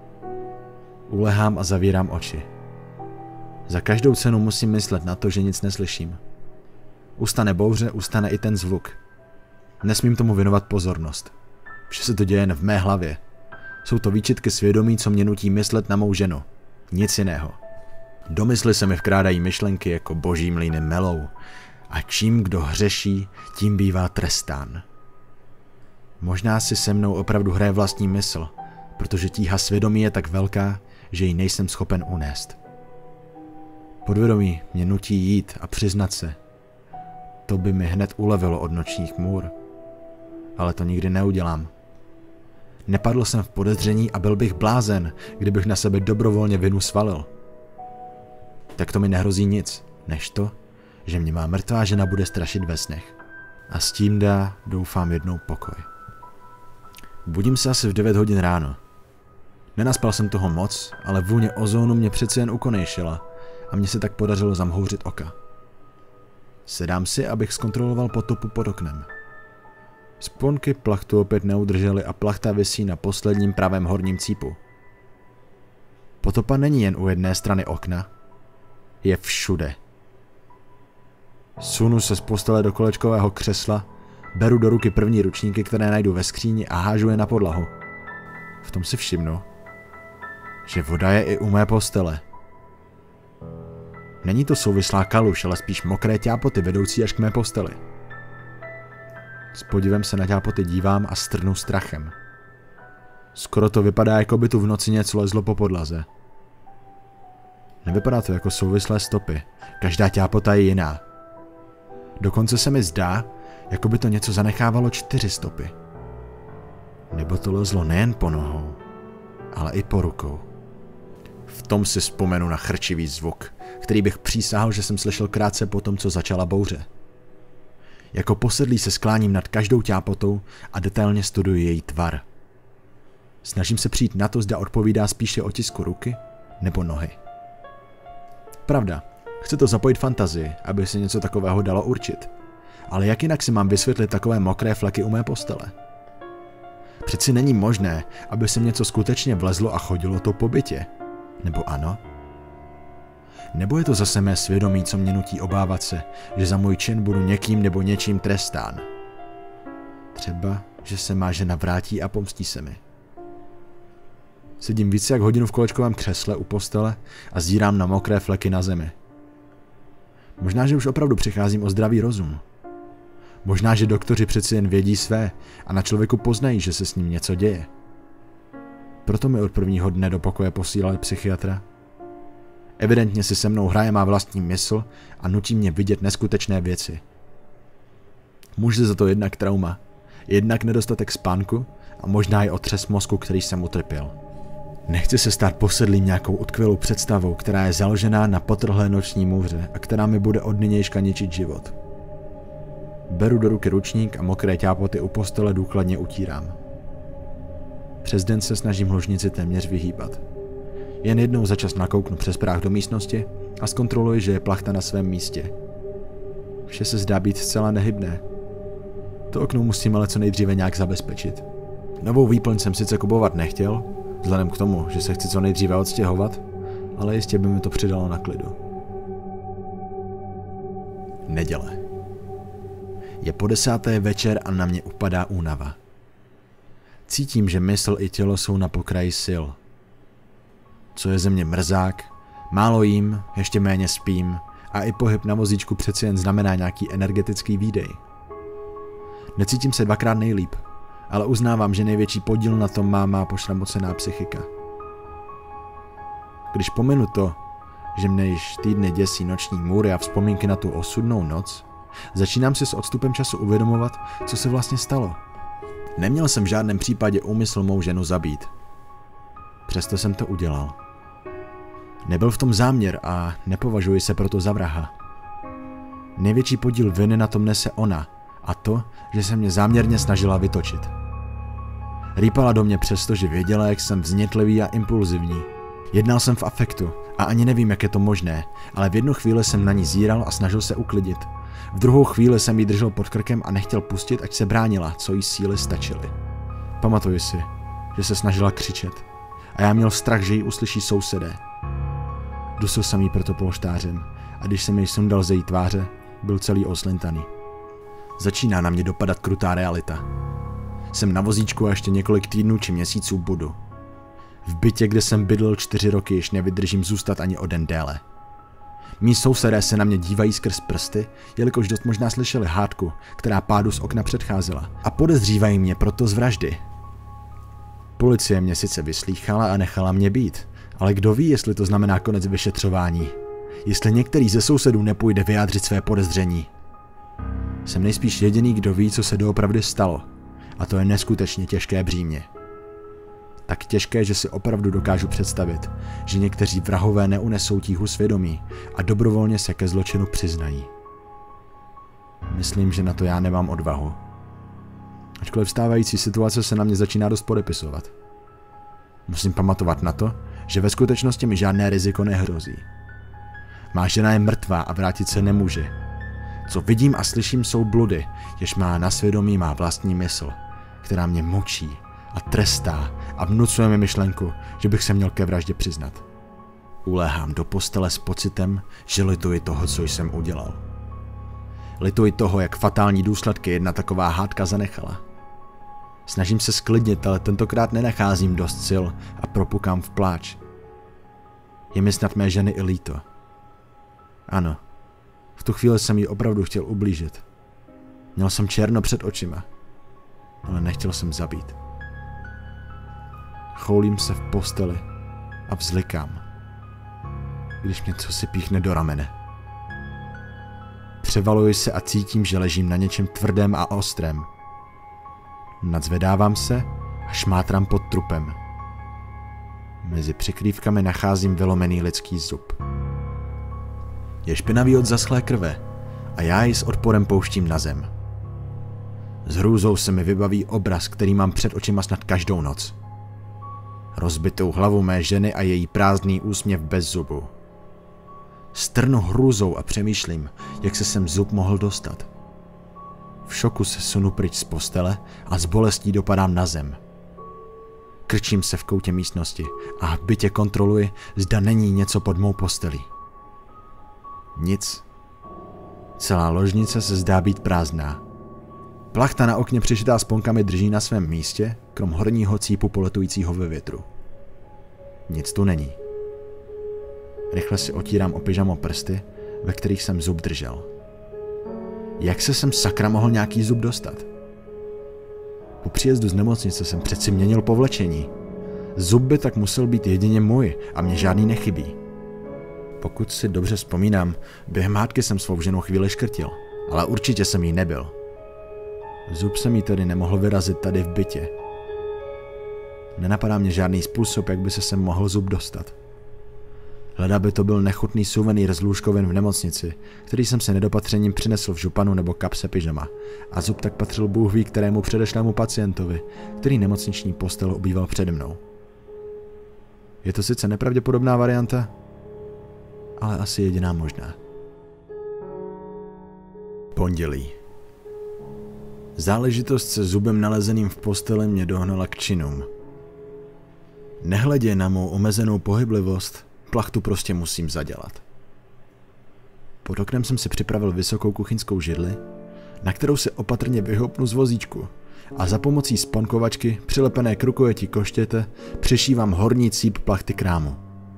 Ulehám a zavírám oči. Za každou cenu musím myslet na to, že nic neslyším. Ustane bouře, ustane i ten zvuk. Nesmím tomu věnovat pozornost. Vše se to děje jen v mé hlavě. Jsou to výčitky svědomí, co mě nutí myslet na mou ženu. Nic jiného. Do mysli se mi vkrádají myšlenky jako boží mlýny melou. A čím kdo hřeší, tím bývá trestán. Možná si se mnou opravdu hraje vlastní mysl, protože tíha svědomí je tak velká, že ji nejsem schopen unést. Podvědomí mě nutí jít a přiznat se. To by mi hned ulevilo od nočních můr. Ale to nikdy neudělám. Nepadl jsem v podezření a byl bych blázen, kdybych na sebe dobrovolně vinu svalil. Tak to mi nehrozí nic, než to, že mě má mrtvá žena bude strašit ve snech. A s tím dá, doufám, jednou pokoj. Budím se asi v 9 hodin ráno. Nenaspal jsem toho moc, ale vůně ozónu mě přece jen ukonejšila a mně se tak podařilo zamhouřit oka. Sedám si, abych zkontroloval potopu pod oknem. Sponky plachtu opět neudržely a plachta visí na posledním pravém horním cípu. Potopa není jen u jedné strany okna, je všude. Sunu se z postele do kolečkového křesla, beru do ruky první ručníky, které najdu ve skříni a hážu je na podlahu. V tom si všimnu, že voda je i u mé postele. Není to souvislá kaluž, ale spíš mokré ťápoty vedoucí až k mé posteli. S podivem se na ťápoty dívám a strnu strachem. Skoro to vypadá, jako by tu v noci něco lezlo po podlaze. Nevypadá to jako souvislé stopy, každá ťápota je jiná. Dokonce se mi zdá, jako by to něco zanechávalo 4 stopy. Nebo to lezlo nejen po nohou, ale i po rukou. V tom si vzpomenu na chrčivý zvuk, který bych přísahal, že jsem slyšel krátce po tom, co začala bouře. Jako posedlý se skláním nad každou ťápotou a detailně studuji její tvar. Snažím se přijít na to, zda odpovídá spíše otisku ruky nebo nohy. Pravda, chci to zapojit fantazii, aby se něco takového dalo určit. Ale jak jinak si mám vysvětlit takové mokré fleky u mé postele? Přeci není možné, aby se něco skutečně vlezlo a chodilo to po bytě. Nebo ano? Nebo je to zase mé svědomí, co mě nutí obávat se, že za můj čin budu někým nebo něčím trestán? Třeba, že se má žena vrátí a pomstí se mi. Sedím více jak hodinu v kolečkovém křesle u postele a zírám na mokré fleky na zemi. Možná, že už opravdu přicházím o zdravý rozum. Možná, že doktoři přeci jen vědí své a na člověku poznají, že se s ním něco děje. Proto mi od prvního dne do pokoje posílali psychiatra. Evidentně si se mnou hraje má vlastní mysl a nutí mě vidět neskutečné věci. Může za to jednak trauma, jednak nedostatek spánku a možná i otřes mozku, který jsem utrpěl. Nechci se stát posedlým nějakou utkvělou představou, která je založená na potrhlé noční můře a která mi bude od nynějška ničit život. Beru do ruky ručník a mokré ťápoty u postele důkladně utírám. Přes den se snažím ložnici téměř vyhýbat. Jen jednou za čas nakouknu přes práh do místnosti a zkontroluji, že je plachta na svém místě. Vše se zdá být zcela nehybné. To okno musím ale co nejdříve nějak zabezpečit. Novou výplň jsem sice kupovat nechtěl, vzhledem k tomu, že se chci co nejdříve odstěhovat, ale jistě by mi to přidalo na klidu. Neděle. Je po 10. večer a na mě upadá únava. Cítím, že mysl i tělo jsou na pokraji sil. Co je ze mě mrzák, málo jím, ještě méně spím a i pohyb na vozíčku přeci jen znamená nějaký energetický výdej. Necítím se dvakrát nejlíp, ale uznávám, že největší podíl na tom má pošramocená psychika. Když pominu to, že mne již týdny děsí noční můry a vzpomínky na tu osudnou noc, začínám si s odstupem času uvědomovat, co se vlastně stalo. Neměl jsem v žádném případě úmysl mou ženu zabít. Přesto jsem to udělal. Nebyl v tom záměr a nepovažuji se proto za vraha. Největší podíl viny na tom nese ona a to, že se mě záměrně snažila vytočit. Rýpala do mě přesto, že věděla, jak jsem vznětlivý a impulzivní. Jednal jsem v afektu a ani nevím, jak je to možné, ale v jednu chvíli jsem na ní zíral a snažil se uklidnit. V druhou chvíli jsem jí držel pod krkem a nechtěl pustit, ať se bránila, co jí síly stačily. Pamatuji si, že se snažila křičet a já měl strach, že ji uslyší sousedé. Dusil jsem jí proto polštářem a když jsem jej sundal ze její tváře, byl celý oslintaný. Začíná na mě dopadat krutá realita. Jsem na vozíčku a ještě několik týdnů či měsíců budu. V bytě, kde jsem bydlel 4 roky, již nevydržím zůstat ani o den déle. Mí sousedé se na mě dívají skrz prsty, jelikož dost možná slyšeli hádku, která pádu z okna předcházela, a podezřívají mě proto z vraždy. Policie mě sice vyslýchala a nechala mě být, ale kdo ví, jestli to znamená konec vyšetřování, jestli některý ze sousedů nepůjde vyjádřit své podezření. Jsem nejspíš jediný, kdo ví, co se doopravdy stalo, a to je neskutečně těžké břímě. Tak těžké, že si opravdu dokážu představit, že někteří vrahové neunesou tíhu svědomí a dobrovolně se ke zločinu přiznají. Myslím, že na to já nemám odvahu. Ačkoliv vstávající situace se na mě začíná dost podepisovat. Musím pamatovat na to, že ve skutečnosti mi žádné riziko nehrozí. Má žena je mrtvá a vrátit se nemůže. Co vidím a slyším jsou bludy, jež má na svědomí má vlastní mysl, která mě mučí a trestá a vnucuje mi myšlenku, že bych se měl ke vraždě přiznat. Uléhám do postele s pocitem, že lituji toho, co jsem udělal. Lituji toho, jak fatální důsledky jedna taková hádka zanechala. Snažím se sklidnit, ale tentokrát nenacházím dost sil a propukám v pláč. Je mi snad mé ženy i líto. Ano, v tu chvíli jsem jí opravdu chtěl ublížit. Měl jsem černo před očima, ale nechtěl jsem zabít. Choulím se v posteli a vzlikám, když mě cosi píchne do ramene. Převaluji se a cítím, že ležím na něčem tvrdém a ostrém. Nadzvedávám se a šmátrám pod trupem. Mezi přikrývkami nacházím vylomený lidský zub. Je špinavý od zaschlé krve a já ji s odporem pouštím na zem. S hrůzou se mi vybaví obraz, který mám před očima snad každou noc. Rozbitou hlavu mé ženy a její prázdný úsměv bez zubu. Strnu hrůzou a přemýšlím, jak se sem zub mohl dostat. V šoku se sunu pryč z postele a s bolestí dopadám na zem. Krčím se v koutě místnosti a v bytě kontroluji, zda není něco pod mou postelí. Nic. Celá ložnice se zdá být prázdná. Plachta na okně přišitá sponkami drží na svém místě, krom horního cípu poletujícího ve větru. Nic tu není. Rychle si otírám o pyžamo prsty, ve kterých jsem zub držel. Jak se sem sakra mohl nějaký zub dostat? Po příjezdu z nemocnice jsem přeci měnil povlečení. Zub by tak musel být jedině můj a mě žádný nechybí. Pokud si dobře vzpomínám, během hádky jsem svou ženu chvíli škrtil, ale určitě jsem jí nebyl. Zub se mi tedy nemohl vyrazit tady v bytě. Nenapadá mě žádný způsob, jak by se sem mohl zub dostat. Hleda by to byl nechutný suvenýr z lůžkovin v nemocnici, který jsem se nedopatřením přinesl v županu nebo kapse pyžama, a zub tak patřil Bůh ví kterému předešlému pacientovi, který nemocniční postel obýval přede mnou. Je to sice nepravděpodobná varianta, ale asi jediná možná. Pondělí. Záležitost se zubem nalezeným v posteli mě dohnala k činům. Nehledě na mou omezenou pohyblivost, plachtu prostě musím zadělat. Pod oknem jsem si připravil vysokou kuchyňskou židli, na kterou se opatrně vyhoupnu z vozíčku a za pomocí sponkovačky přilepené k rukojeti koštěte přišívám horní cíp plachty k rámu.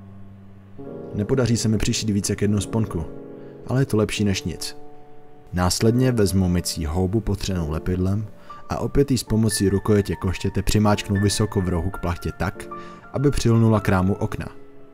Nepodaří se mi přišít víc jak jednu sponku, ale je to lepší než nic. Následně vezmu mycí houbu potřenou lepidlem a opět jí s pomocí rukojetě koštěte přimáčknu vysoko v rohu k plachtě tak, aby přilnula k rámu okna.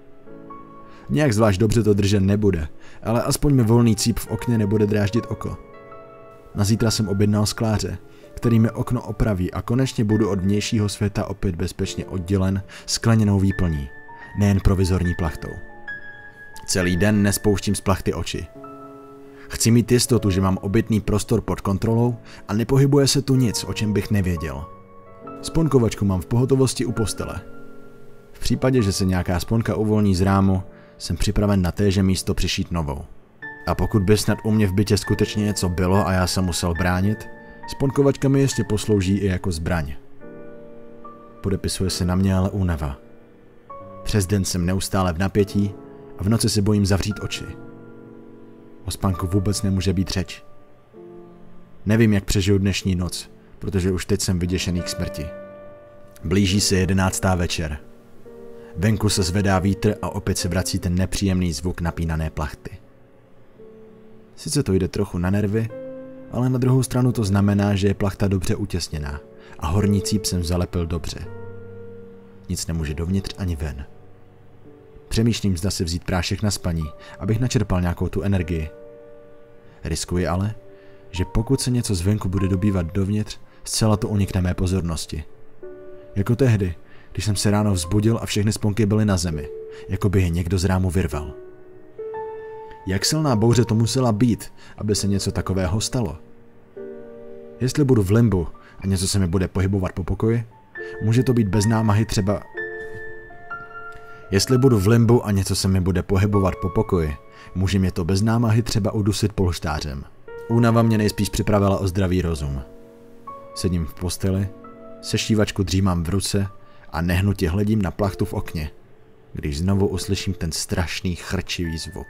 Nějak zvlášť dobře to držet nebude, ale aspoň mi volný cíp v okně nebude dráždit oko. Na zítra jsem objednal skláře, který mi okno opraví a konečně budu od vnějšího světa opět bezpečně oddělen skleněnou výplní, nejen provizorní plachtou. Celý den nespouštím z plachty oči. Chci mít jistotu, že mám obytný prostor pod kontrolou a nepohybuje se tu nic, o čem bych nevěděl. Sponkovačku mám v pohotovosti u postele. V případě, že se nějaká sponka uvolní z rámu, jsem připraven na téže místo přišít novou. A pokud by snad u mě v bytě skutečně něco bylo a já se musel bránit, sponkovačka mi ještě poslouží i jako zbraň. Podepisuje se na mě ale únava. Přes den jsem neustále v napětí a v noci si bojím zavřít oči. O spánku vůbec nemůže být řeč. Nevím, jak přežiju dnešní noc, protože už teď jsem vyděšený k smrti. Blíží se 11. večer. Venku se zvedá vítr a opět se vrací ten nepříjemný zvuk napínané plachty. Sice to jde trochu na nervy, ale na druhou stranu to znamená, že je plachta dobře utěsněná a horní cíp jsem zalepil dobře. Nic nemůže dovnitř ani ven. Přemýšlím, zda si vzít prášek na spaní, abych načerpal nějakou tu energii. Riskuji ale, že pokud se něco zvenku bude dobývat dovnitř, zcela to unikne mé pozornosti. Jako tehdy, když jsem se ráno vzbudil a všechny sponky byly na zemi, jako by je někdo z rámu vyrval. Jak silná bouře to musela být, aby se něco takového stalo? Jestli budu v limbu a něco se mi bude pohybovat po pokoji, může to být bez námahy třeba... Jestli budu v limbu a něco se mi bude pohybovat po pokoji, může mě to bez námahy třeba udusit polštářem. Únava mě nejspíš připravila o zdravý rozum. Sedím v posteli, sešívačku dřímám v ruce a nehnutě hledím na plachtu v okně, když znovu uslyším ten strašný chrčivý zvuk.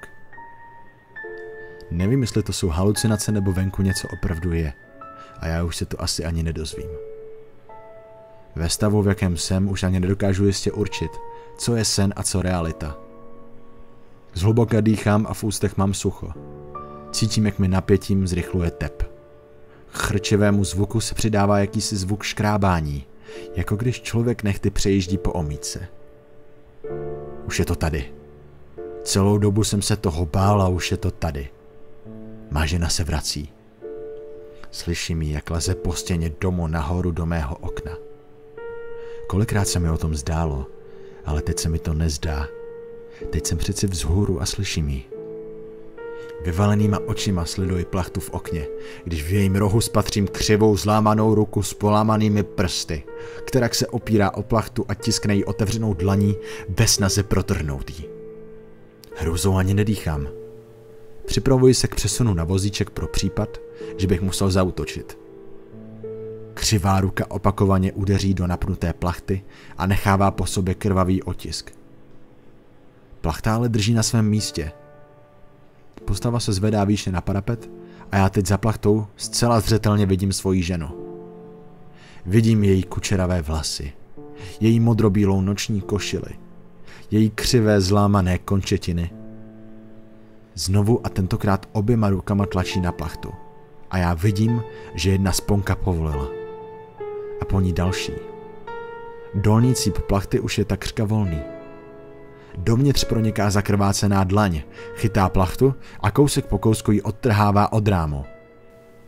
Nevím, jestli to jsou halucinace nebo venku něco opravdu je, a já už se to asi ani nedozvím. Ve stavu, v jakém jsem, už ani nedokážu jistě určit, co je sen a co realita. Zhluboka dýchám a v ústech mám sucho. Cítím, jak mi napětím zrychluje tep. Chrčivému zvuku se přidává jakýsi zvuk škrábání, jako když člověk nehty přejíždí po omítce. Už je to tady. Celou dobu jsem se toho bál a už je to tady. Má žena se vrací. Slyším ji, jak leze po stěně domu nahoru do mého okna. Kolikrát se mi o tom zdálo, ale teď se mi to nezdá. Teď jsem přeci vzhůru a slyším ji. Vyvalenýma očima sleduji plachtu v okně, když v jejím rohu spatřím křivou zlámanou ruku s polámanými prsty, která se opírá o plachtu a tiskne ji otevřenou dlaní ve snaze protrhnout ji. Hrůzou ani nedýchám. Připravuji se k přesunu na vozíček pro případ, že bych musel zaútočit. Křivá ruka opakovaně udeří do napnuté plachty a nechává po sobě krvavý otisk. Plachta ale drží na svém místě. Postava se zvedá výše na parapet a já teď za plachtou zcela zřetelně vidím svoji ženu. Vidím její kučeravé vlasy, její modrobílou noční košili, její křivé zlámané končetiny. Znovu a tentokrát oběma rukama tlačí na plachtu a já vidím, že jedna sponka povolila. A po ní další. Dolní cíp plachty už je takřka volný. Dovnitř proniká zakrvácená dlaň, chytá plachtu a kousek po kousku ji odtrhává od rámu.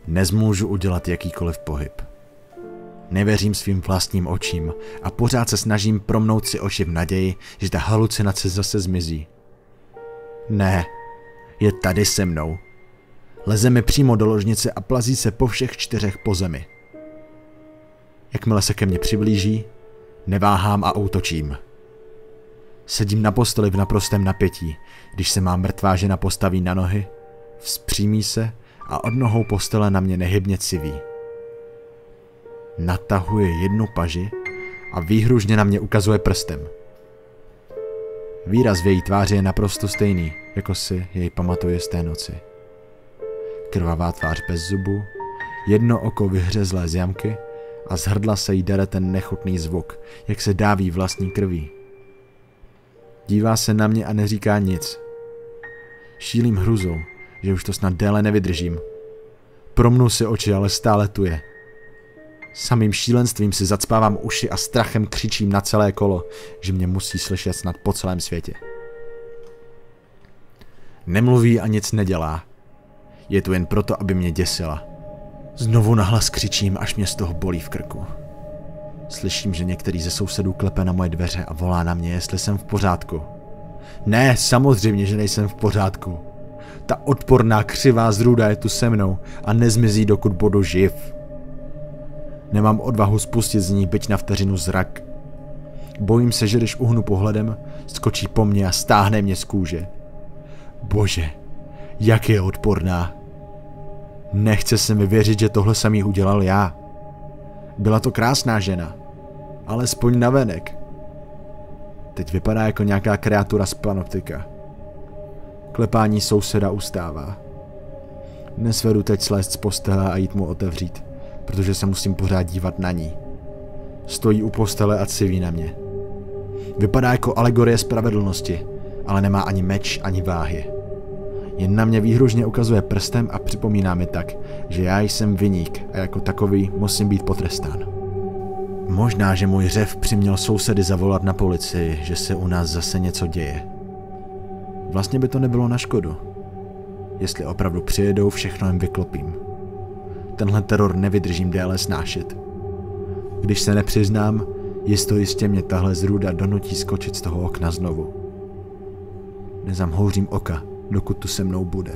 Nezmůžu udělat jakýkoliv pohyb. Nevěřím svým vlastním očím a pořád se snažím promnout si oči v naději, že ta halucinace zase zmizí. Ne, je tady se mnou. Leze mi přímo do ložnice a plazí se po všech 4 po zemi. Jakmile se ke mně přiblíží, neváhám a útočím. Sedím na posteli v naprostém napětí, když se má mrtvá žena postaví na nohy, vzpřímí se a od nohou postele na mě nehybně civí. Natahuje jednu paži a výhružně na mě ukazuje prstem. Výraz v její tváři je naprosto stejný, jako si jej pamatuje z té noci. Krvavá tvář bez zubů, jedno oko vyhřezlé z jamky a z hrdla se jí dere ten nechutný zvuk, jak se dáví vlastní krví. Dívá se na mě a neříká nic. Šílím hruzou, že už to snad déle nevydržím. Promnu si oči, ale stále tu je. Samým šílenstvím si zacpávám uši a strachem křičím na celé kolo, že mě musí slyšet snad po celém světě. Nemluví a nic nedělá. Je tu jen proto, aby mě děsila. Znovu nahlas křičím, až mě z toho bolí v krku. Slyším, že některý ze sousedů klepe na moje dveře a volá na mě, jestli jsem v pořádku. Ne, samozřejmě, že nejsem v pořádku. Ta odporná křivá zrůda je tu se mnou a nezmizí, dokud budu živ. Nemám odvahu spustit z ní byť na vteřinu zrak. Bojím se, že když uhnu pohledem, skočí po mně a stáhne mě z kůže. Bože, jak je odporná. Nechce se mi věřit, že tohle jsem jí udělal já. Byla to krásná žena, alespoň navenek. Teď vypadá jako nějaká kreatura z panoptika. Klepání souseda ustává. Nesvedu teď slézt z postele a jít mu otevřít, protože se musím pořád dívat na ní. Stojí u postele a civí na mě. Vypadá jako alegorie spravedlnosti, ale nemá ani meč, ani váhy. Jen na mě výhružně ukazuje prstem a připomíná mi tak, že já jsem viník a jako takový musím být potrestán. Možná, že můj řev přiměl sousedy zavolat na policii, že se u nás zase něco děje. Vlastně by to nebylo na škodu. Jestli opravdu přijedou, všechno jim vyklopím. Tenhle teror nevydržím déle snášet. Když se nepřiznám, jistě mě tahle zrůda donutí skočit z toho okna znovu. Nezamhouřím oka, dokud tu se mnou bude.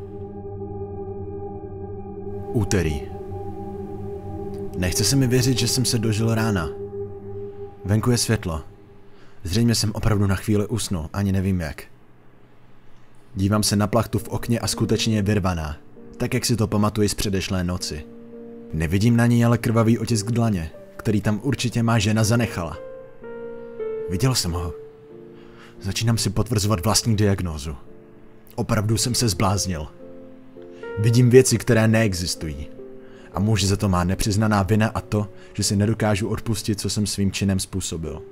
Úterý. Nechce se mi věřit, že jsem se dožil rána. Venku je světlo. Zřejmě jsem opravdu na chvíli usnul, ani nevím jak. Dívám se na plachtu v okně a skutečně je vyrvaná, tak jak si to pamatuji z předešlé noci. Nevidím na ní ale krvavý otisk dlaně, který tam určitě má žena zanechala. Viděl jsem ho. Začínám si potvrzovat vlastní diagnózu. Opravdu jsem se zbláznil. Vidím věci, které neexistují. A muž za to má nepřiznaná vina a to, že si nedokážu odpustit, co jsem svým činem způsobil.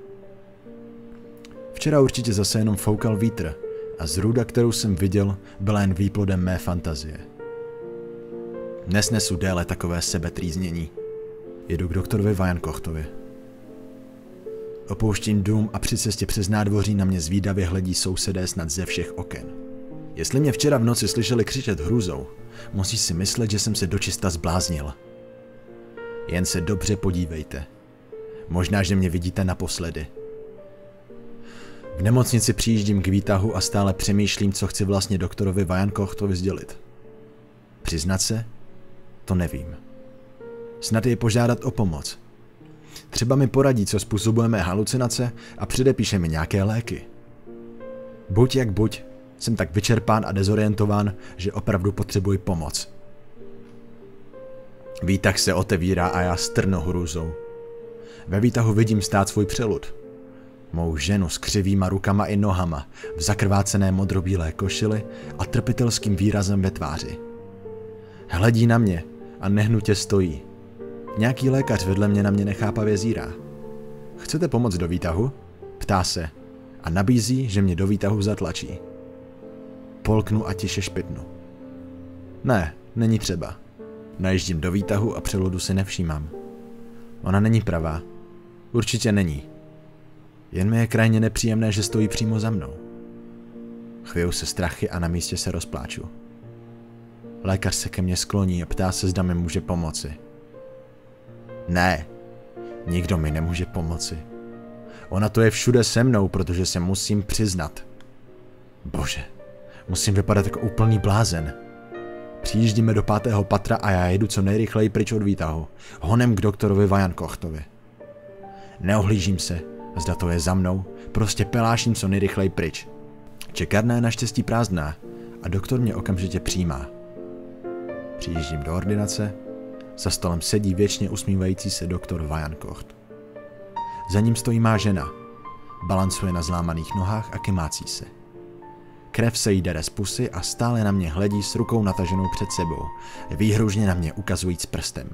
Včera určitě zase jenom foukal vítr a zrůda, kterou jsem viděl, byla jen výplodem mé fantazie. Nesnesu déle takové sebetrýznění. Jedu k doktorovi Vajankochtovi. Opouštím dům a při cestě přes nádvoří na mě zvídavě hledí sousedé snad ze všech oken. Jestli mě včera v noci slyšeli křičet hrůzou, musí si myslet, že jsem se dočista zbláznil. Jen se dobře podívejte. Možná, že mě vidíte naposledy. V nemocnici přijíždím k výtahu a stále přemýšlím, co chci vlastně doktorovi Vajankochtovi sdělit. Přiznat se? To nevím. Snad je požádat o pomoc. Třeba mi poradí, co způsobuje mé halucinace a předepíše mi nějaké léky. Buď jak buď, jsem tak vyčerpán a dezorientován, že opravdu potřebuji pomoc. Výtah se otevírá a já strnu hrůzou. Ve výtahu vidím stát svůj přelud. Mou ženu s křivýma rukama i nohama, v zakrvácené modrobílé košili a trpitelským výrazem ve tváři. Hledí na mě a nehnutě stojí. Nějaký lékař vedle mě na mě nechápavě zírá. Chcete pomoct do výtahu? Ptá se a nabízí, že mě do výtahu zatlačí. Polknu a tiše špitnu. Ne, není třeba. Najíždím do výtahu a přeludu si nevšímám. Ona není pravá. Určitě není. Jen mi je krajně nepříjemné, že stojí přímo za mnou. Chvěju se strachy a na místě se rozpláču. Lékař se ke mně skloní a ptá se, zda mi může pomoci. Ne, nikdo mi nemůže pomoci. Ona to je všude se mnou, protože se musím přiznat. Bože, musím vypadat jako úplný blázen. Přijíždíme do 5. patra a já jedu co nejrychleji pryč od výtahu. Honem k doktorovi Wajankochtovi. Neohlížím se, zda to je za mnou, prostě peláším co nejrychleji pryč. Čekárna je naštěstí prázdná a doktor mě okamžitě přijímá. Přijíždím do ordinace, za stolem sedí věčně usmívající se doktor Wajankocht. Za ním stojí má žena, balancuje na zlámaných nohách a kymácí se. Krev se jí dere z pusy a stále na mě hledí s rukou nataženou před sebou, výhružně na mě ukazujíc prstem.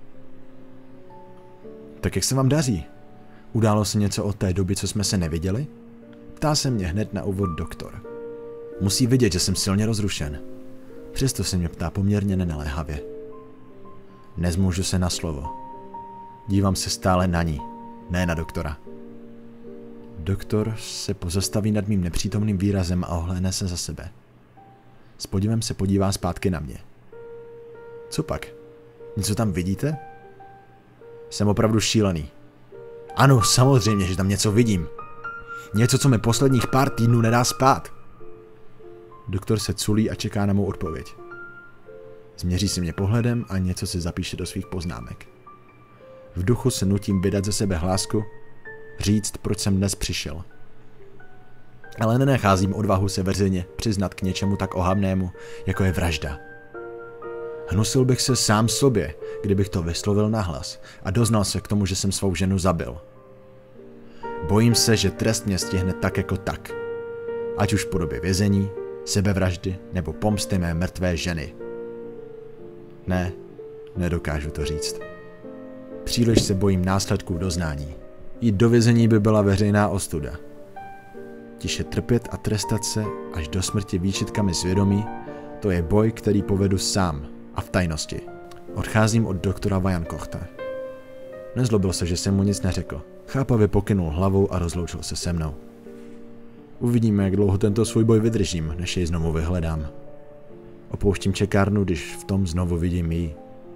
Tak jak se vám daří? Událo se něco od té doby, co jsme se neviděli? Ptá se mě hned na úvod doktor. Musí vidět, že jsem silně rozrušen. Přesto se mě ptá poměrně nenaléhavě. Nezmůžu se na slovo. Dívám se stále na ní, ne na doktora. Doktor se pozastaví nad mým nepřítomným výrazem a ohlédne se za sebe. S podívem se podívá zpátky na mě. Co pak? Něco tam vidíte? Jsem opravdu šílený. Ano, samozřejmě, že tam něco vidím. Něco, co mi posledních pár týdnů nedá spát. Doktor se culí a čeká na mou odpověď. Změří si mě pohledem a něco si zapíše do svých poznámek. V duchu se nutím vydat ze sebe hlásku, říct, proč jsem dnes přišel. Ale nenacházím odvahu se veřejně přiznat k něčemu tak ohavnému, jako je vražda. Hnusil bych se sám sobě, kdybych to vyslovil nahlas a doznal se k tomu, že jsem svou ženu zabil. Bojím se, že trest mě stihne tak jako tak. Ať už v podobě vězení, sebevraždy nebo pomsty mé mrtvé ženy. Ne, nedokážu to říct. Příliš se bojím následků doznání. Jít do vězení by byla veřejná ostuda. Tiše trpět a trestat se až do smrti výčitkami svědomí, to je boj, který povedu sám a v tajnosti. Odcházím od doktora Wajankochta. Nezlobil se, že jsem mu nic neřekl. Chápavě pokynul hlavou a rozloučil se se mnou. Uvidíme, jak dlouho tento svůj boj vydržím, než jej znovu vyhledám. Opouštím čekárnu, když v tom znovu vidím jí.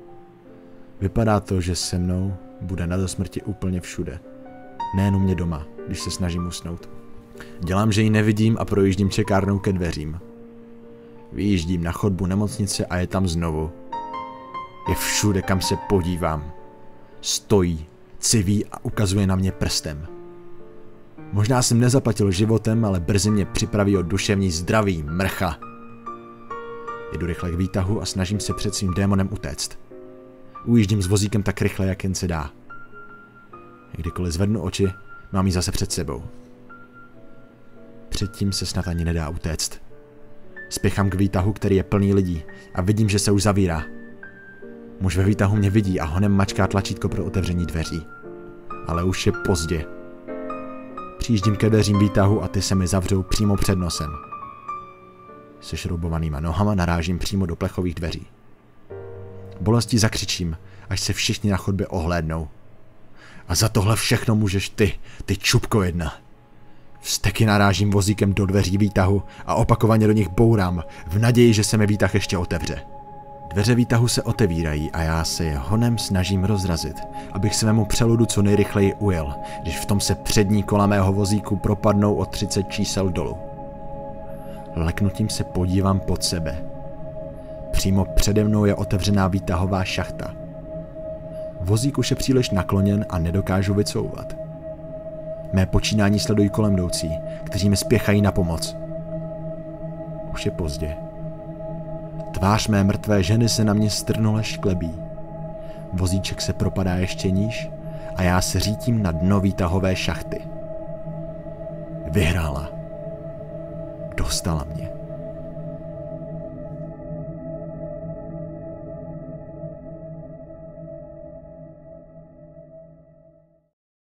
Vypadá to, že se mnou bude na dosmrti úplně všude. Nejen u mě doma, když se snažím usnout. Dělám, že ji nevidím a projíždím čekárnou ke dveřím. Vyjíždím na chodbu nemocnice a je tam znovu. Je všude, kam se podívám. Stojí, civí a ukazuje na mě prstem. Možná jsem nezaplatil životem, ale brzy mě připraví o duševní zdraví, mrcha. Jedu rychle k výtahu a snažím se před svým démonem utéct. Ujíždím s vozíkem tak rychle, jak jen se dá. Kdykoliv zvednu oči, mám ji zase před sebou. Předtím se snad ani nedá utéct. Spěchám k výtahu, který je plný lidí a vidím, že se už zavírá. Muž ve výtahu mě vidí a honem mačká tlačítko pro otevření dveří. Ale už je pozdě. Přijíždím ke dveřím výtahu a ty se mi zavřou přímo před nosem. Se šroubovanýma nohama narážím přímo do plechových dveří. Bolestí zakřičím, až se všichni na chodbě ohlédnou. A za tohle všechno můžeš ty čupko jedna. Vzteky narážím vozíkem do dveří výtahu a opakovaně do nich bourám, v naději, že se mi výtah ještě otevře. Dveře výtahu se otevírají a já se je honem snažím rozrazit, abych svému přeludu co nejrychleji ujel, když v tom se přední kola mého vozíku propadnou o 30 čísel dolů. Leknutím se podívám pod sebe. Přímo přede mnou je otevřená výtahová šachta. Vozík už je příliš nakloněn a nedokážu vycouvat. Mé počínání sledují kolem jdoucí, kteří mi spěchají na pomoc. Už je pozdě. Tvář mé mrtvé ženy se na mě strnule šklebí. Vozíček se propadá ještě níž a já se řítím na dno výtahové šachty. Vyhrála. Dostala mě.